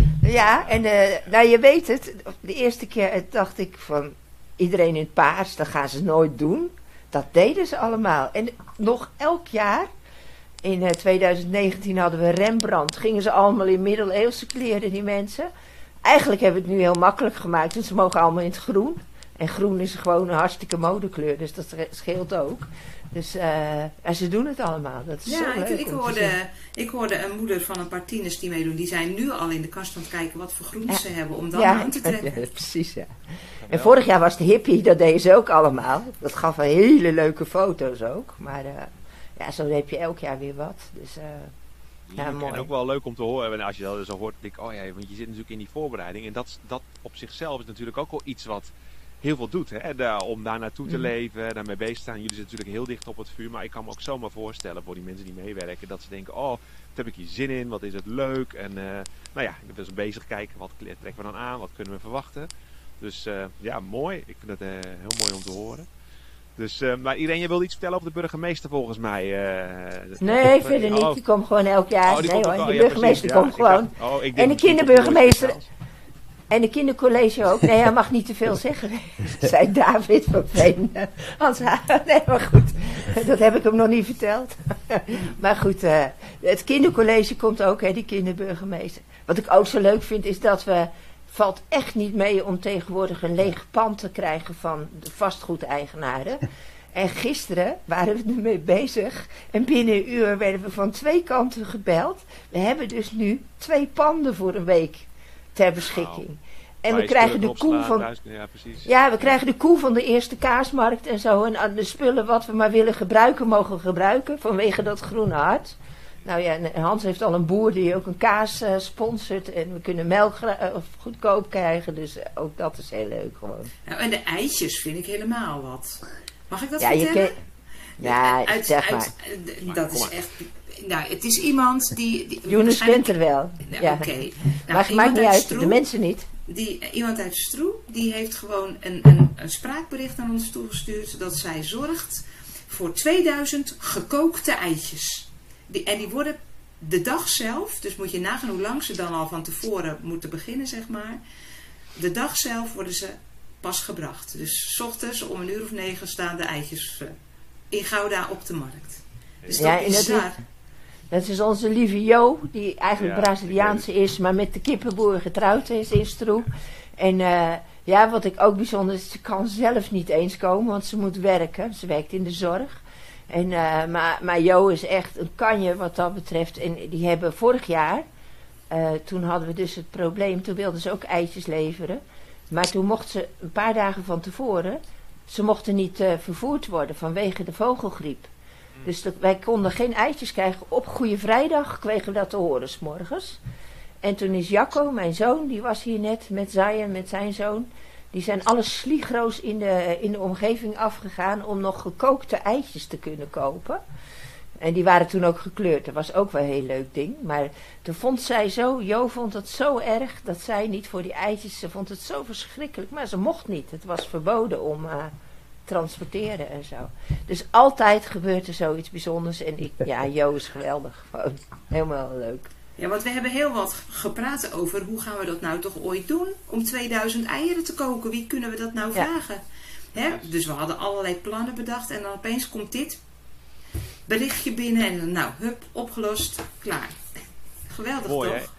Ja, en uh, nou je weet het, de eerste keer dacht ik van iedereen in het paars, dat gaan ze nooit doen. Dat deden ze allemaal. En nog elk jaar, in uh, twintig negentien hadden we Rembrandt. Gingen ze allemaal in middeleeuwse kleren, die mensen. Eigenlijk hebben we het nu heel makkelijk gemaakt. Want ze mogen allemaal in het groen. En groen is gewoon een hartstikke modekleur. Dus dat scheelt ook. Dus uh, en ze doen het allemaal. Dat is ja, zo leuk ik, ik, hoorde, ik hoorde een moeder van een paar tieners die meedoen. Die zijn nu al in de kast aan het kijken wat voor groen ze ja. hebben. Om dan ja, aan te trekken. Ja, precies, ja. En vorig jaar was de hippie, dat deden ze ook allemaal. Dat gaf een hele leuke foto's ook. Maar uh, ja, zo heb je elk jaar weer wat. Dus uh, ja, mooi. En ook wel leuk om te horen. En als je dat zo hoort, denk ik, oh ja, want je zit natuurlijk in die voorbereiding. En dat, dat op zichzelf is natuurlijk ook wel iets wat heel veel doet. Hè? Daar, om daar naartoe te mm. leven, daarmee bezig te staan. Jullie zitten natuurlijk heel dicht op het vuur. Maar ik kan me ook zomaar voorstellen voor die mensen die meewerken. Dat ze denken, oh, wat heb ik hier zin in? Wat is het leuk? En uh, nou ja, ik ben dus bezig kijken. Wat trekken we dan aan? Wat kunnen we verwachten? Dus uh, ja, mooi. Ik vind het uh, heel mooi om te horen. Dus, uh, maar Irene, je wilde iets vertellen over de burgemeester volgens mij. Uh, nee, of, verder uh, niet. Oh. Die komt gewoon elk jaar. Oh, nee hoor, de burgemeester ja, komt gewoon. Dacht, oh, en de kinderburgemeester. En de kindercollege ook. Nee, hij mag niet te veel zeggen. Zei David van Veen. Hans Nee, maar goed. Dat heb ik hem nog niet verteld. Maar goed, uh, het kindercollege komt ook, hè, die kinderburgemeester. Wat ik ook zo leuk vind, is dat we... valt echt niet mee om tegenwoordig een leeg pand te krijgen van de vastgoedeigenaren. En gisteren waren we ermee bezig. En binnen een uur werden we van twee kanten gebeld. We hebben dus nu twee panden voor een week ter beschikking. Wow. En we krijgen de koe van... Ja, precies. Ja, we krijgen de koe van de eerste kaasmarkt en zo. En de spullen wat we maar willen gebruiken, mogen gebruiken. Vanwege dat groene hart. Nou ja, en Hans heeft al een boer die ook een kaas uh, sponsort. En we kunnen melk uh, goedkoop krijgen. Dus uh, ook dat is heel leuk gewoon. Nou, en de eitjes vind ik helemaal wat. Mag ik dat ja, vertellen? Je ja, uit, zeg maar. Uit, dat is echt... Nou, het is iemand die... die Jonas kent er wel. Nou, ja. Oké. Okay. Nou, maar het maakt niet uit, Stroe, de mensen niet. Die, iemand uit Stroe, die heeft gewoon een, een, een spraakbericht naar ons toegestuurd. Dat zij zorgt voor tweeduizend gekookte eitjes. Die, en die worden de dag zelf, dus moet je nagaan hoe lang ze dan al van tevoren moeten beginnen, zeg maar. De dag zelf worden ze pas gebracht. Dus 's ochtends om een uur of negen staan de eitjes uh, in Gouda op de markt. Dus ja, dat is bizar. Dat is onze lieve Jo, die eigenlijk ja, Braziliaanse is, maar met de kippenboer getrouwd is in Stroe. En uh, ja, wat ik ook bijzonder is, ze kan zelf niet eens komen, want ze moet werken. Ze werkt in de zorg. En, uh, maar, maar Jo is echt een kanje wat dat betreft. En die hebben vorig jaar, uh, toen hadden we dus het probleem, toen wilden ze ook eitjes leveren. Maar toen mochten ze een paar dagen van tevoren, ze mochten niet uh, vervoerd worden vanwege de vogelgriep. Dus dat, wij konden geen eitjes krijgen. Op Goede Vrijdag kregen we dat te horen 's morgens. En toen is Jacco, mijn zoon, die was hier net met Zayen, met zijn zoon. Die zijn alle sligro's in de, in de omgeving afgegaan om nog gekookte eitjes te kunnen kopen. En die waren toen ook gekleurd. Dat was ook wel een heel leuk ding. Maar toen vond zij zo, Jo vond het zo erg dat zij niet voor die eitjes, ze vond het zo verschrikkelijk. Maar ze mocht niet. Het was verboden om uh, transporteren en zo. Dus altijd gebeurt er zoiets bijzonders. En ik, ja, Jo is geweldig. Gewoon helemaal leuk. Ja, want we hebben heel wat gepraat over hoe gaan we dat nou toch ooit doen om tweeduizend eieren te koken. Wie kunnen we dat nou vragen? Ja. Hè? Dus we hadden allerlei plannen bedacht en dan opeens komt dit berichtje binnen en dan nou, hup, opgelost, klaar. Geweldig. Mooi, toch? Hè?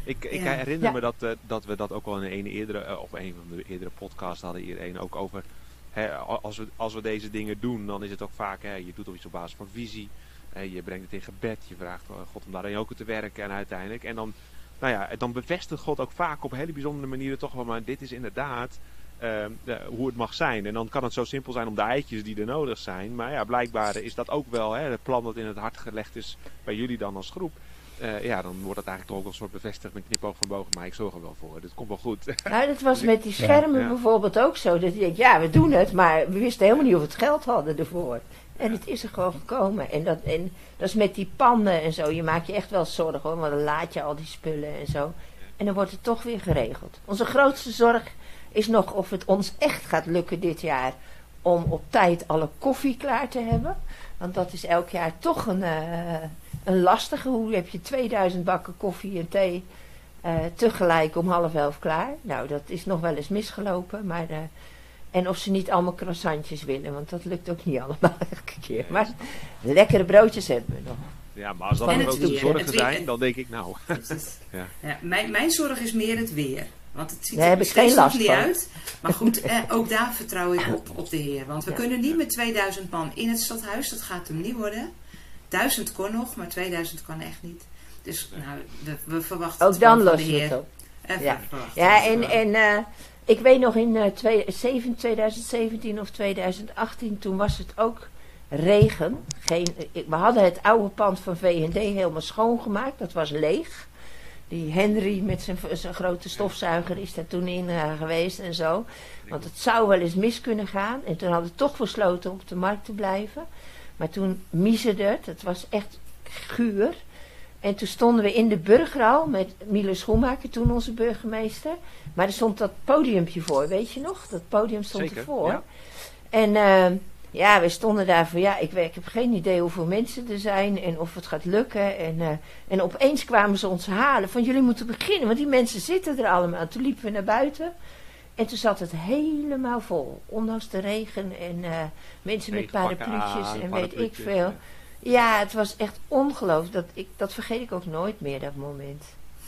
Ik, ik Ja. herinner Ja. me dat, uh, dat we dat ook wel in een eerdere, uh, of een van de eerdere podcasts hadden hierin ook over. Hè, als, we, als we deze dingen doen, dan is het ook vaak, hè, je doet op iets op basis van visie. Hè, je brengt het in gebed, je vraagt uh, God om daarin ook te werken en uiteindelijk. En dan, nou ja, dan bevestigt God ook vaak op hele bijzondere manieren toch wel, maar dit is inderdaad uh, de, hoe het mag zijn. En dan kan het zo simpel zijn om de eitjes die er nodig zijn. Maar ja, blijkbaar is dat ook wel, hè, het plan dat in het hart gelegd is bij jullie dan als groep. Uh, ja, dan wordt het eigenlijk toch ook een soort bevestigd met knipoog van bogen. Maar ik zorg er wel voor. Dit komt wel goed. Nou, dat was met die schermen Ja. bijvoorbeeld ook zo. Dat je denkt, ja, we doen het, maar we wisten helemaal niet of we het geld hadden ervoor. En het is er gewoon gekomen. En dat, en dat is met die pannen en zo. Je maakt je echt wel zorgen hoor, want dan laat je al die spullen en zo. En dan wordt het toch weer geregeld. Onze grootste zorg is nog of het ons echt gaat lukken dit jaar om op tijd alle koffie klaar te hebben. Want dat is elk jaar toch een, uh, een lastige. Hoe heb je tweeduizend bakken koffie en thee uh, tegelijk om half elf klaar? Nou, dat is nog wel eens misgelopen. Maar, uh, en of ze niet allemaal croissantjes willen, want dat lukt ook niet allemaal elke keer. Maar lekkere broodjes hebben we nog. Ja, maar als dat En dan het ook de weer, zorgen het weer. zijn, dan denk ik nou. Ja. Ja, mijn, mijn zorg is meer het weer. Want het ziet Daar er heb ik steeds geen nog last niet van. uit. Maar goed, eh, ook daar vertrouw ik op, op de Heer. Want we Ja. kunnen niet met tweeduizend man in het stadhuis. Dat gaat hem niet worden. duizend kon nog, maar tweeduizend kan echt niet. Dus nou, we, we verwachten Ook het wel dan van de lossen we Heer. het op. Eh, we Ja, verwachten ja het en, wel. en uh, ik weet nog in uh, twee, zeven, twintig zeventien of twintig achttien, toen was het ook regen. Geen, we hadden het oude pand van V en D helemaal schoongemaakt, dat was leeg. Die Henry met zijn, zijn grote stofzuiger is daar toen in uh, geweest en zo. Want het zou wel eens mis kunnen gaan. En toen hadden we toch besloten om op de markt te blijven. Maar toen miezerde het, het was echt guur. En toen stonden we in de burgerhal met Miele Schoenmaker, toen onze burgemeester. Maar er stond dat podiumpje voor, weet je nog? Dat podium stond Zeker, ervoor. ja. En uh, ja, we stonden daar van, ja, ik, ik heb geen idee hoeveel mensen er zijn en of het gaat lukken. En, uh, en opeens kwamen ze ons halen van, jullie moeten beginnen, want die mensen zitten er allemaal. Toen liepen we naar buiten en toen zat het helemaal vol. Ondanks de regen en uh, mensen met Regenpakken parapluutjes aan, en weet ik parapluutjes, veel. ja. Ja, het was echt ongelooflijk. Dat, ik, dat vergeet ik ook nooit meer, dat moment.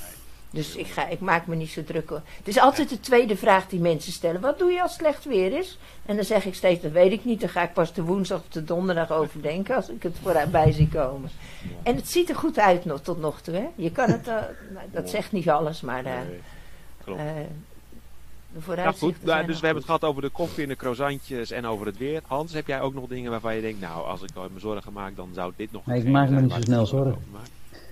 Dus ik, ga, ik maak me niet zo druk hoor. Het is altijd de tweede vraag die mensen stellen. Wat doe je als het slecht weer is? En dan zeg ik steeds, dat weet ik niet. Dan ga ik pas de woensdag of de donderdag overdenken als ik het voorbij zie komen. En het ziet er goed uit nog, tot nog toe. Hè? Je kan het, uh, nou, dat zegt niet alles, maar uh, Nee, klopt. uh, de Nou vooruitzichten goed, nou, zijn dus nog we hebben het goed. gehad over de koffie en de croissantjes en over het weer. Hans, heb jij ook nog dingen waarvan je denkt, nou, als ik me zorgen maak, dan zou dit nog... Nee, ik hetgeen maak me zijn niet waar zo ik snel me zorgen. over maak?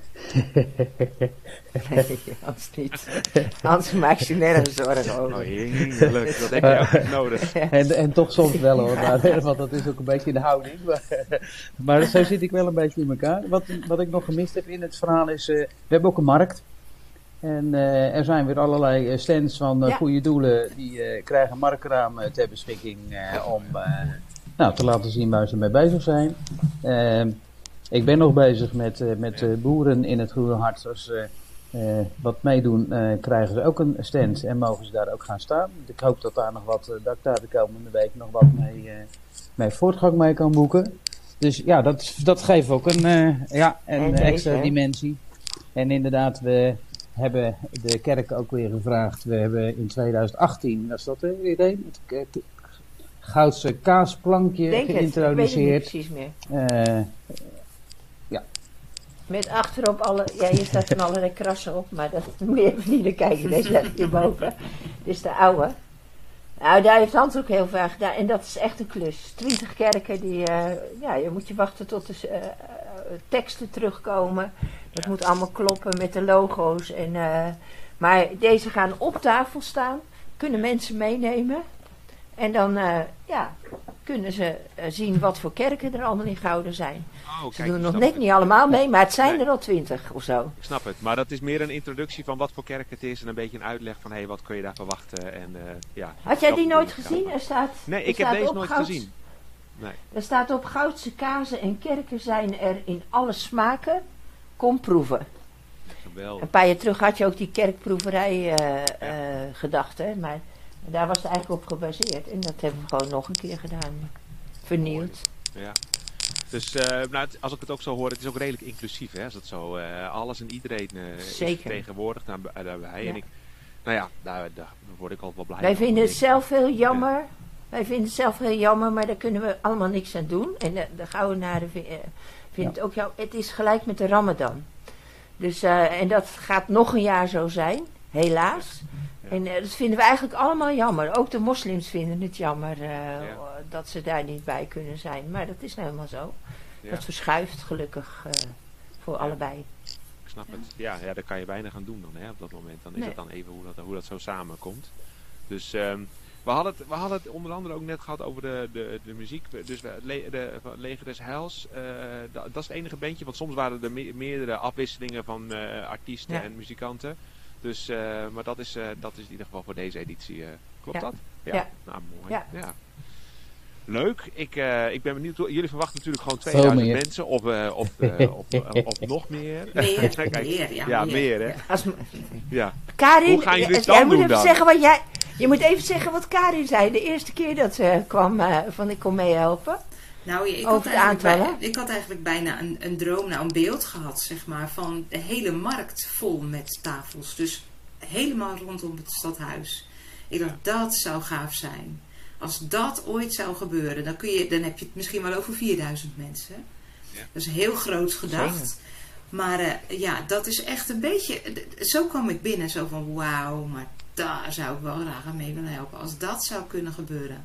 Nee, Hans niet. Hans maakt je nergens zorgen over. Oh, heerlijk. Dat heb je ook niet nodig. En, en toch soms wel hoor, maar, want dat is ook een beetje de houding. Maar, maar zo zit ik wel een beetje in elkaar. Wat, wat ik nog gemist heb in het verhaal is, uh, we hebben ook een markt. En uh, er zijn weer allerlei uh, stands van uh, Ja. goede doelen. Die uh, krijgen markraam uh, ter beschikking uh, om uh, nou, te laten zien waar ze mee bezig zijn. Uh, ik ben nog bezig met, uh, met uh, boeren in het Groene Hart. Als ze uh, wat meedoen, uh, krijgen ze ook een stand en mogen ze daar ook gaan staan. Ik hoop dat, daar nog wat, uh, dat ik daar de komende week nog wat mee, uh, mee voortgang mee kan boeken. Dus ja, dat, dat geeft ook een, uh, ja, een En deze, extra hè? dimensie. En inderdaad, we hebben de kerk ook weer gevraagd. We hebben in twintig achttien, was dat er weer een, het het Goudse kaasplankje Denk het, ik weet het niet geïntroduceerd. precies meer. Uh, Met achterop alle, ja, hier staat van allerlei krassen op, maar dat moet je even niet naar kijken. Deze staat hierboven. Dit is de oude. Nou, daar heeft Hans ook heel veel gedaan. En dat is echt een klus. Twintig kerken, die, uh, ja, je moet je wachten tot de uh, teksten terugkomen. Dat moet allemaal kloppen met de logo's. En, uh, maar deze gaan op tafel staan. Kunnen mensen meenemen. En dan, uh, ja, kunnen ze uh, zien wat voor kerken er allemaal in Gouden zijn. Oh, Ze kijk, doen ik nog snap net het. niet allemaal mee, maar het zijn Nee. er al twintig of zo. Ik snap het, maar dat is meer een introductie van wat voor kerk het is en een beetje een uitleg van, hé, hey, wat kun je daar verwachten en uh, ja. Had jij dat die moet nooit ik gezien? gaan. Er staat, Nee, er ik heb staat deze op nooit Gouds- gezien. Nee. Er staat op Goudse kazen en kerken zijn er in alle smaken. Kom proeven. Geweldig. Een paar jaar terug had je ook die kerkproeverij uh, uh, gedacht, hè? Maar daar was het eigenlijk op gebaseerd. En dat hebben we gewoon nog een keer gedaan. Vernieuwd. Ja. Dus uh, nou, het, als ik het ook zo hoor, het is ook redelijk inclusief, hè? Als het zo uh, alles en iedereen uh, is vertegenwoordigd daarbij. daarbij. Ja. En ik, nou ja, daar, daar word ik altijd wel blij Wij van. vinden het zelf heel jammer. Ja. Wij vinden het zelf heel jammer, maar daar kunnen we allemaal niks aan doen. En de, de Gouwenaren vinden uh, vindt ja. het ook jammer. Het is gelijk met de Ramadan. Dus, uh, en dat gaat nog een jaar zo zijn, helaas. Ja. En uh, dat vinden we eigenlijk allemaal jammer. Ook de moslims vinden het jammer uh, ja. dat ze daar niet bij kunnen zijn. Maar dat is nou helemaal zo. Ja. Dat verschuift gelukkig uh, voor ja. allebei. Ik snap het. Ja, ja, daar kan je weinig aan doen dan hè, op dat moment. Dan is nee. het dan even hoe dat, hoe dat zo samenkomt. Dus um, we, hadden het, we hadden het onder andere ook net gehad over de, de, de muziek. Dus het le- de, Leger des Heils. Uh, dat, dat is het enige bandje. Want soms waren er me- meerdere afwisselingen van uh, artiesten ja. en muzikanten. Dus, uh, maar dat is, uh, dat is in ieder geval voor deze editie. Uh, klopt ja. dat? Ja. ja. Nou, mooi. Ja. ja. Leuk. Ik, uh, ik ben benieuwd. Jullie verwachten natuurlijk gewoon tweeduizend mensen. Of, uh, of, uh, of, uh, of nog meer. Meer, Kijk, meer ja. Ja, meer, meer hè. Als, ja. Karin, hoe gaan jullie het dan jij doen moet even dan? Zeggen wat jij, je moet even zeggen wat Karin zei. De eerste keer dat ze kwam uh, van ik kom meehelpen. Nou, ik had, bij, ik had eigenlijk bijna een, een droom, nou een beeld gehad, zeg maar, van de hele markt vol met tafels. Dus helemaal rondom het stadhuis. Ik dacht, dat zou gaaf zijn. Als dat ooit zou gebeuren, dan, kun je, dan heb je het misschien wel over vierduizend mensen. Ja. Dat is heel groot gedacht. Zeker. Maar uh, ja, dat is echt een beetje... Zo kwam ik binnen, zo van wauw, maar daar zou ik wel graag aan mee willen helpen. Als dat zou kunnen gebeuren.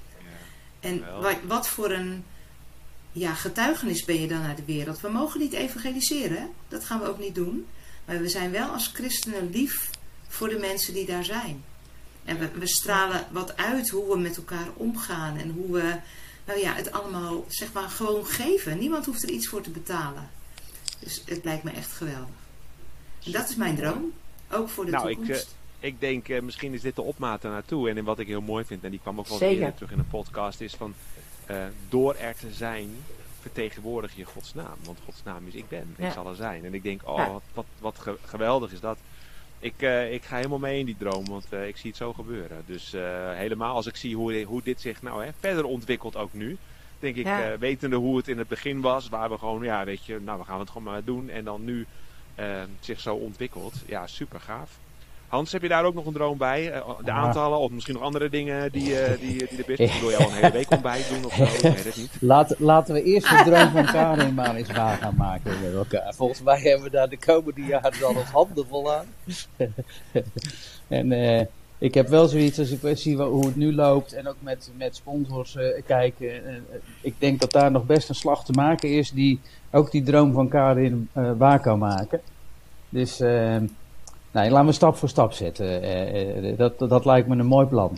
Ja, en wat, wat voor een ja, getuigenis ben je dan naar de wereld? We mogen niet evangeliseren, dat gaan we ook niet doen. Maar we zijn wel als christenen lief voor de mensen die daar zijn. En we, we stralen wat uit hoe we met elkaar omgaan. En hoe we nou ja, het allemaal zeg maar gewoon geven. Niemand hoeft er iets voor te betalen. Dus het lijkt me echt geweldig. En dat is mijn droom. Ook voor de nou, toekomst. Ik, uh, ik denk, uh, misschien is dit de opmaat ernaartoe. En wat ik heel mooi vind, en die kwam ook wel eerder terug in een podcast, is van uh, door er te zijn, vertegenwoordig je Gods naam. Want Gods naam is ik ben, ja. ik zal er zijn. En ik denk, oh, ja. wat, wat, wat ge- geweldig is dat. Ik, uh, ik ga helemaal mee in die droom, want uh, ik zie het zo gebeuren. Dus uh, helemaal als ik zie hoe, hoe dit zich nou hè, verder ontwikkelt ook nu. Denk ik, ja. uh, wetende hoe het in het begin was, waar we gewoon, ja weet je, nou we gaan het gewoon maar doen. En dan nu uh, zich zo ontwikkelt. Ja, super gaaf. Hans, heb je daar ook nog een droom bij? Uh, de aantallen of misschien nog andere dingen die, uh, die, die de business... Wil je al een hele week ontbijt doen of zo? Ik weet het niet. Laat, laten we eerst de droom van Karin maar eens waar gaan maken met elkaar. Volgens mij hebben we daar de komende jaren al ons handen vol aan. en uh, ik heb wel zoiets, als ik zie hoe het nu loopt en ook met, met sponsors uh, kijken. Uh, ik denk dat daar nog best een slag te maken is die ook die droom van Karin uh, waar kan maken. Dus... Uh, Nee, laten we stap voor stap zetten. Uh, uh, dat, dat lijkt me een mooi plan.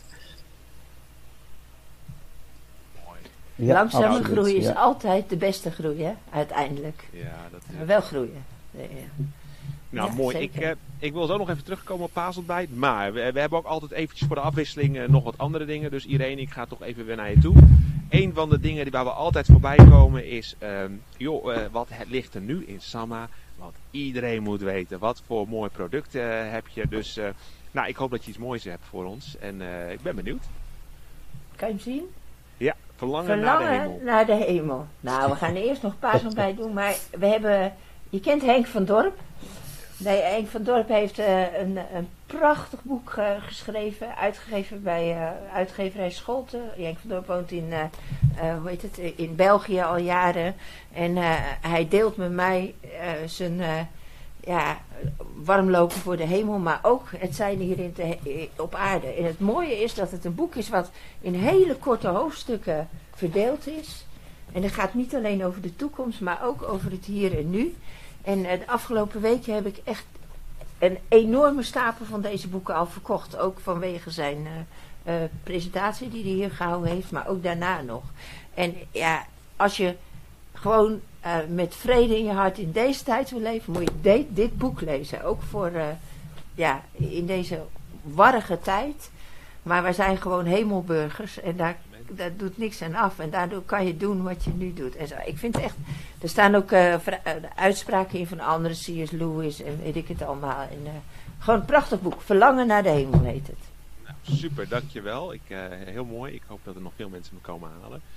Mooi. Ja, langzame absoluut, groei is ja. altijd de beste groei, hè? Uiteindelijk. Ja, dat is... Maar wel groeien. Ja. Nou, ja, mooi. Ik, uh, ik wil zo nog even terugkomen op paasontbijt. Maar we, we hebben ook altijd eventjes voor de afwisseling uh, nog wat andere dingen. Dus Irene, ik ga toch even weer naar je toe. Een van de dingen die waar we altijd voorbij komen is... Uh, joh, uh, wat ligt er nu in Samma? Wat iedereen moet weten. Wat voor mooi product uh, heb je. Dus uh, nou, ik hoop dat je iets moois hebt voor ons. En uh, ik ben benieuwd. Kan je hem zien? Ja, verlangen, verlangen naar de hemel. naar de hemel. Nou, we gaan eerst nog paasontbijt doen. Maar we hebben... Je kent Henk van Dorp. Nee, Henk van Dorp heeft uh, een, een prachtig boek uh, geschreven. Uitgegeven bij uh, uitgeverij Scholten. Henk van Dorp woont in, uh, uh, hoe heet het, in België al jaren. En uh, hij deelt met mij uh, zijn uh, ja, warmlopen voor de hemel. Maar ook het zijn hier in te, op aarde. En het mooie is dat het een boek is wat in hele korte hoofdstukken verdeeld is. En het gaat niet alleen over de toekomst, maar ook over het hier en nu. En uh, de afgelopen weken heb ik echt een enorme stapel van deze boeken al verkocht. Ook vanwege zijn uh, uh, presentatie die hij hier gehouden heeft, maar ook daarna nog. En ja, als je gewoon uh, met vrede in je hart in deze tijd wil leven, moet je de, dit boek lezen. Ook voor, uh, ja, in deze warrige tijd. Maar wij zijn gewoon hemelburgers en daar... Dat doet niks aan af. En daardoor kan je doen wat je nu doet. En zo. Ik vind echt... Er staan ook uh, vra- uh, uitspraken in van anderen. C S Lewis en weet ik het allemaal. En, uh, gewoon een prachtig boek. Verlangen naar de hemel heet het. Nou, super, dankjewel. Ik, uh, heel mooi. Ik hoop dat er nog veel mensen me komen halen.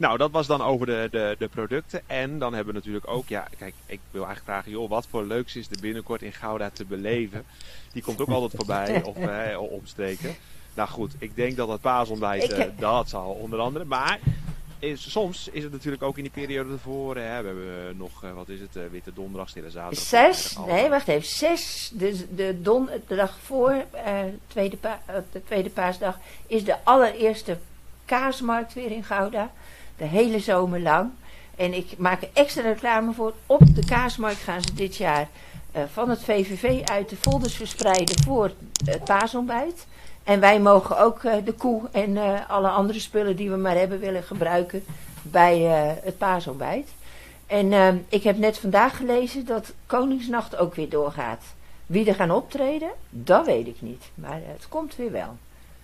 Nou, dat was dan over de, de, de producten. En dan hebben we natuurlijk ook, ja, kijk, ik wil eigenlijk vragen, joh, wat voor leuks is er binnenkort in Gouda te beleven? Die komt ook altijd voorbij, of eh, omstreken. Nou goed, ik denk dat het paasontbijt, uh, dat zal onder andere. Maar is, soms is het natuurlijk ook in die periode ervoor. Hè, we hebben nog, uh, wat is het, uh, Witte Donderdag, Stille Zaterdag. Zes, nee, wacht even. Zes, de, de, don, de dag voor uh, tweede pa, uh, de tweede paasdag is de allereerste kaasmarkt weer in Gouda. De hele zomer lang. En ik maak er extra reclame voor. Op de kaasmarkt gaan ze dit jaar uh, van het V V V uit de folders verspreiden voor het paasontbijt. En wij mogen ook uh, de koe en uh, alle andere spullen die we maar hebben willen gebruiken bij uh, het paasontbijt. En uh, ik heb net vandaag gelezen dat Koningsnacht ook weer doorgaat. Wie er gaan optreden, dat weet ik niet. Maar uh, het komt weer wel.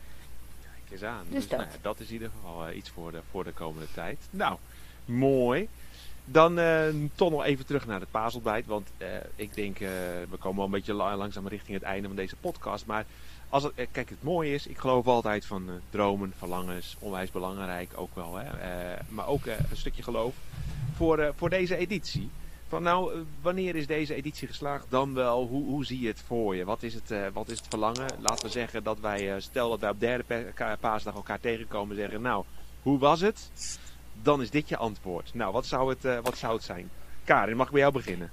Kijk eens aan. Dus dus dat. Nou, dat is in ieder geval uh, iets voor de, voor de komende tijd. Nou, mooi. Dan uh, toch nog even terug naar het paasontbijt. Want uh, ik denk, uh, we komen wel een beetje la- langzaam richting het einde van deze podcast. Maar als het, uh, kijk, het mooie is, ik geloof altijd van uh, dromen, verlangens, onwijs belangrijk ook wel. Hè? Uh, maar ook uh, een stukje geloof voor, uh, voor deze editie. Van nou, uh, wanneer is deze editie geslaagd? Dan wel, hoe, hoe zie je het voor je? Wat is het, uh, wat is het verlangen? Laten we zeggen dat wij, uh, stel dat wij op derde pa- paasdag elkaar tegenkomen en zeggen, nou, hoe was het? Dan is dit je antwoord. Nou, wat zou het, uh, wat zou het zijn? Karin, mag ik bij jou beginnen?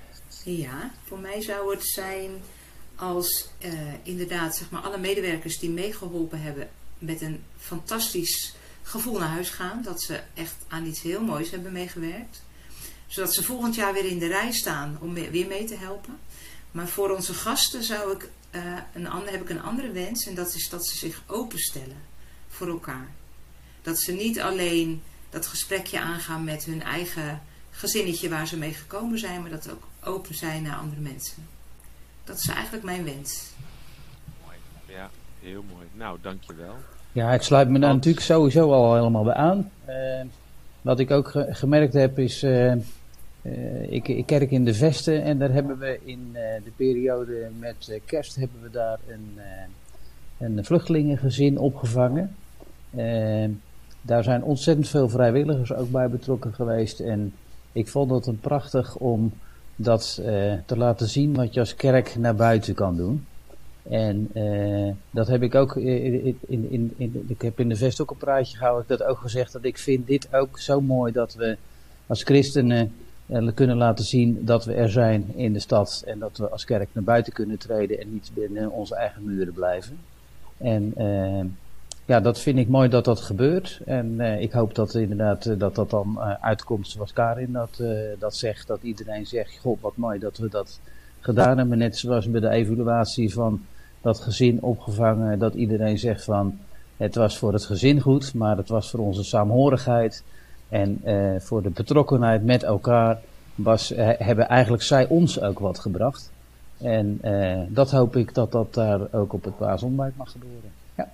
Ja, voor mij zou het zijn als uh, inderdaad zeg maar, alle medewerkers die meegeholpen hebben met een fantastisch gevoel naar huis gaan. Dat ze echt aan iets heel moois hebben meegewerkt. Zodat ze volgend jaar weer in de rij staan om weer mee te helpen. Maar voor onze gasten zou ik, uh, een ander, heb ik een andere wens. En dat is dat ze zich openstellen voor elkaar. Dat ze niet alleen dat gesprekje aangaan met hun eigen gezinnetje waar ze mee gekomen zijn. Maar dat ze ook open zijn naar andere mensen. Dat is eigenlijk mijn wens. Mooi. Ja, heel mooi. Nou, dankjewel. Ja, ik sluit me daar Want... natuurlijk sowieso al helemaal bij aan. Uh, wat ik ook ge- gemerkt heb is, uh, uh, ik, ik kerk in de Vesten en daar hebben we in uh, de periode met uh, kerst hebben we daar een, uh, een vluchtelingengezin opgevangen. Uh, daar zijn ontzettend veel vrijwilligers ook bij betrokken geweest en ik vond het een prachtig om dat uh, te laten zien wat je als kerk naar buiten kan doen. En uh, dat heb ik ook, in, in, in, in, ik heb in de Vest ook een praatje gehouden, ik heb dat ook gezegd, dat ik vind dit ook zo mooi dat we als christenen uh, kunnen laten zien dat we er zijn in de stad en dat we als kerk naar buiten kunnen treden en niet binnen onze eigen muren blijven. En uh, ja, dat vind ik mooi dat dat gebeurt en uh, ik hoop dat inderdaad uh, dat dat dan uh, uitkomt zoals Karin dat, uh, dat zegt, dat iedereen zegt, god wat mooi dat we dat gedaan hebben, net zoals bij de evaluatie van dat gezin opgevangen, dat iedereen zegt van het was voor het gezin goed, maar het was voor onze saamhorigheid en uh, voor de betrokkenheid met elkaar was, uh, hebben eigenlijk zij ons ook wat gebracht. En uh, dat hoop ik dat dat daar ook op het paasontbijt mag gebeuren. Ja.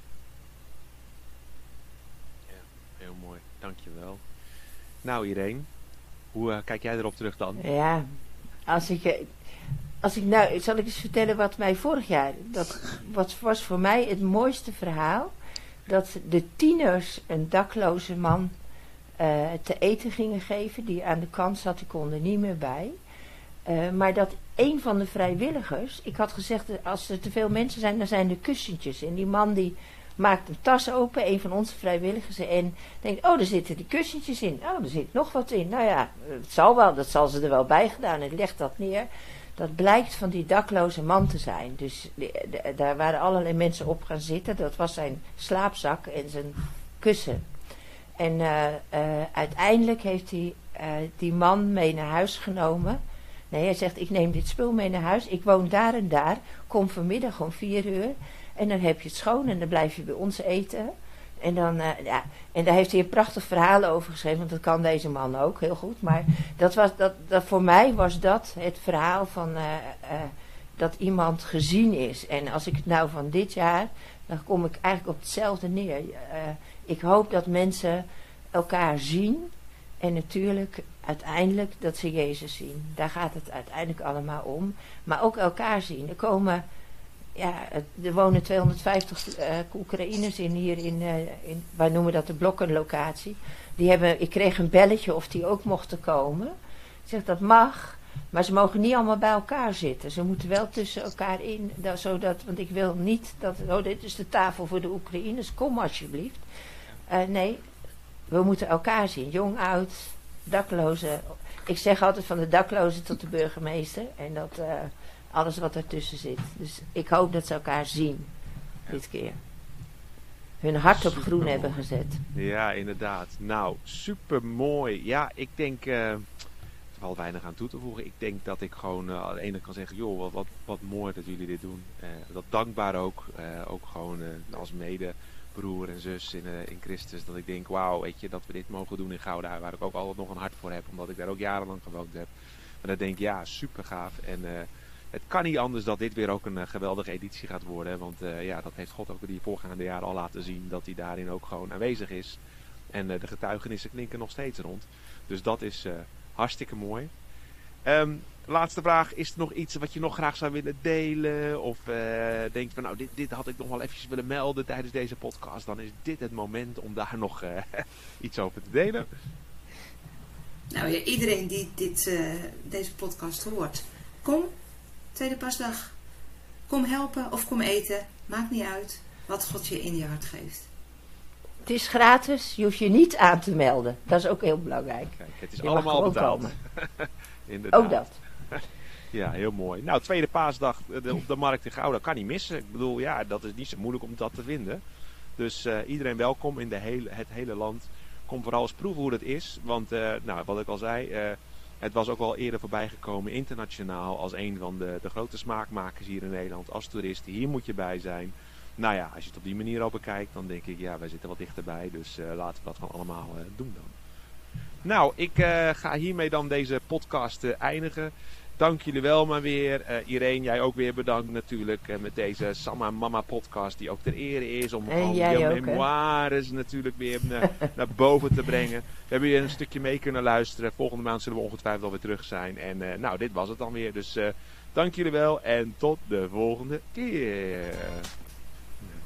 Ja, heel mooi. Dankjewel. Nou Irene, hoe uh, kijk jij erop terug dan? Ja, als ik... Uh, Als ik nou, zal ik eens vertellen wat mij vorig jaar, dat wat was voor mij het mooiste verhaal, dat de tieners een dakloze man uh, te eten gingen geven, die aan de kant zat, die kon er niet meer bij. Uh, maar dat een van de vrijwilligers, ik had gezegd, als er te veel mensen zijn, dan zijn er kussentjes. En die man die maakt een tas open, een van onze vrijwilligers, en denkt, oh, er zitten die kussentjes in. Oh, er zit nog wat in. Nou ja, het zal wel, dat zal ze er wel bij gedaan en legt dat neer. Dat blijkt van die dakloze man te zijn. Dus de, de, daar waren allerlei mensen op gaan zitten. Dat was zijn slaapzak en zijn kussen. En uh, uh, uiteindelijk heeft hij uh, die man mee naar huis genomen. Nee, hij zegt, ik neem dit spul mee naar huis. Ik woon daar en daar. Kom vanmiddag om vier uur. En dan heb je het schoon en dan blijf je bij ons eten. En, dan, uh, ja, en daar heeft hij een prachtig verhaal over geschreven, want dat kan deze man ook heel goed. Maar dat was, dat, dat, voor mij was dat het verhaal van uh, uh, dat iemand gezien is. En als ik het nou van dit jaar, dan kom ik eigenlijk op hetzelfde neer. Uh, ik hoop dat mensen elkaar zien en natuurlijk uiteindelijk dat ze Jezus zien. Daar gaat het uiteindelijk allemaal om. Maar ook elkaar zien. Er komen... Ja, er wonen tweehonderdvijftig uh, Oekraïners in hier in, uh, in, wij noemen dat de blokkenlocatie. die hebben, ik kreeg een belletje of die ook mochten komen. Ik zeg, dat mag, maar ze mogen niet allemaal bij elkaar zitten. Ze moeten wel tussen elkaar in, dat, zodat, want ik wil niet dat, oh, dit is de tafel voor de Oekraïners, kom alsjeblieft. Uh, nee, we moeten elkaar zien, jong, oud, daklozen. Ik zeg altijd van de daklozen tot de burgemeester en dat uh, alles wat ertussen zit. Dus ik hoop dat ze elkaar zien, ja. dit keer. Hun hart op Super groen mooi. hebben gezet. Ja, inderdaad. Nou, super mooi. Ja, ik denk, uh, er valt weinig aan toe te voegen. Ik denk dat ik gewoon uh, aan de ene kan zeggen, joh, wat, wat, wat mooi dat jullie dit doen. Uh, dat dankbaar ook. Uh, ook gewoon uh, als medebroer en zus in, uh, in Christus. Dat ik denk, wauw, weet je, dat we dit mogen doen in Gouda. Waar ik ook altijd nog een hart voor heb. Omdat ik daar ook jarenlang gewoond heb. Maar dan denk ik, ja, super gaaf. En uh, het kan niet anders dat dit weer ook een uh, geweldige editie gaat worden. Want uh, ja, dat heeft God ook die voorgaande jaren al laten zien. Dat hij daarin ook gewoon aanwezig is. En uh, de getuigenissen klinken nog steeds rond. Dus dat is uh, hartstikke mooi. Um, laatste vraag. Is er nog iets wat je nog graag zou willen delen? Of uh, denk je van nou, dit, dit had ik nog wel eventjes willen melden tijdens deze podcast. Dan is dit het moment om daar nog uh, iets over te delen. Nou ja, iedereen die dit, uh, deze podcast hoort. Kom, tweede pasdag. Kom helpen of kom eten. Maakt niet uit wat God je in je hart geeft. Het is gratis, je hoeft je niet aan te melden. Dat is ook heel belangrijk. Kijk, het is je allemaal betaald. Inderdaad. Ook dat. Ja, heel mooi. Nou, tweede paasdag de, op de markt in Gouda kan niet missen. Ik bedoel, ja, dat is niet zo moeilijk om dat te vinden. Dus uh, iedereen welkom in de hele, het hele land. Kom vooral eens proeven hoe dat is. Want, uh, nou, wat ik al zei, uh, het was ook al eerder voorbij gekomen internationaal als een van de, de grote smaakmakers hier in Nederland. Als toerist, hier moet je bij zijn. Nou ja, als je het op die manier al bekijkt, dan denk ik, ja, wij zitten wat dichterbij. Dus uh, laten we dat gewoon allemaal uh, doen dan. Nou, ik uh, ga hiermee dan deze podcast uh, eindigen. Dank jullie wel maar weer. Uh, Irene, jij ook weer bedankt natuurlijk uh, met deze Sama Mama podcast die ook ter ere is. Om al je memoires natuurlijk weer naar, naar boven te brengen. We hebben hier een stukje mee kunnen luisteren. Volgende maand zullen we ongetwijfeld alweer terug zijn. En uh, nou, dit was het dan weer. Dus uh, dank jullie wel en tot de volgende keer.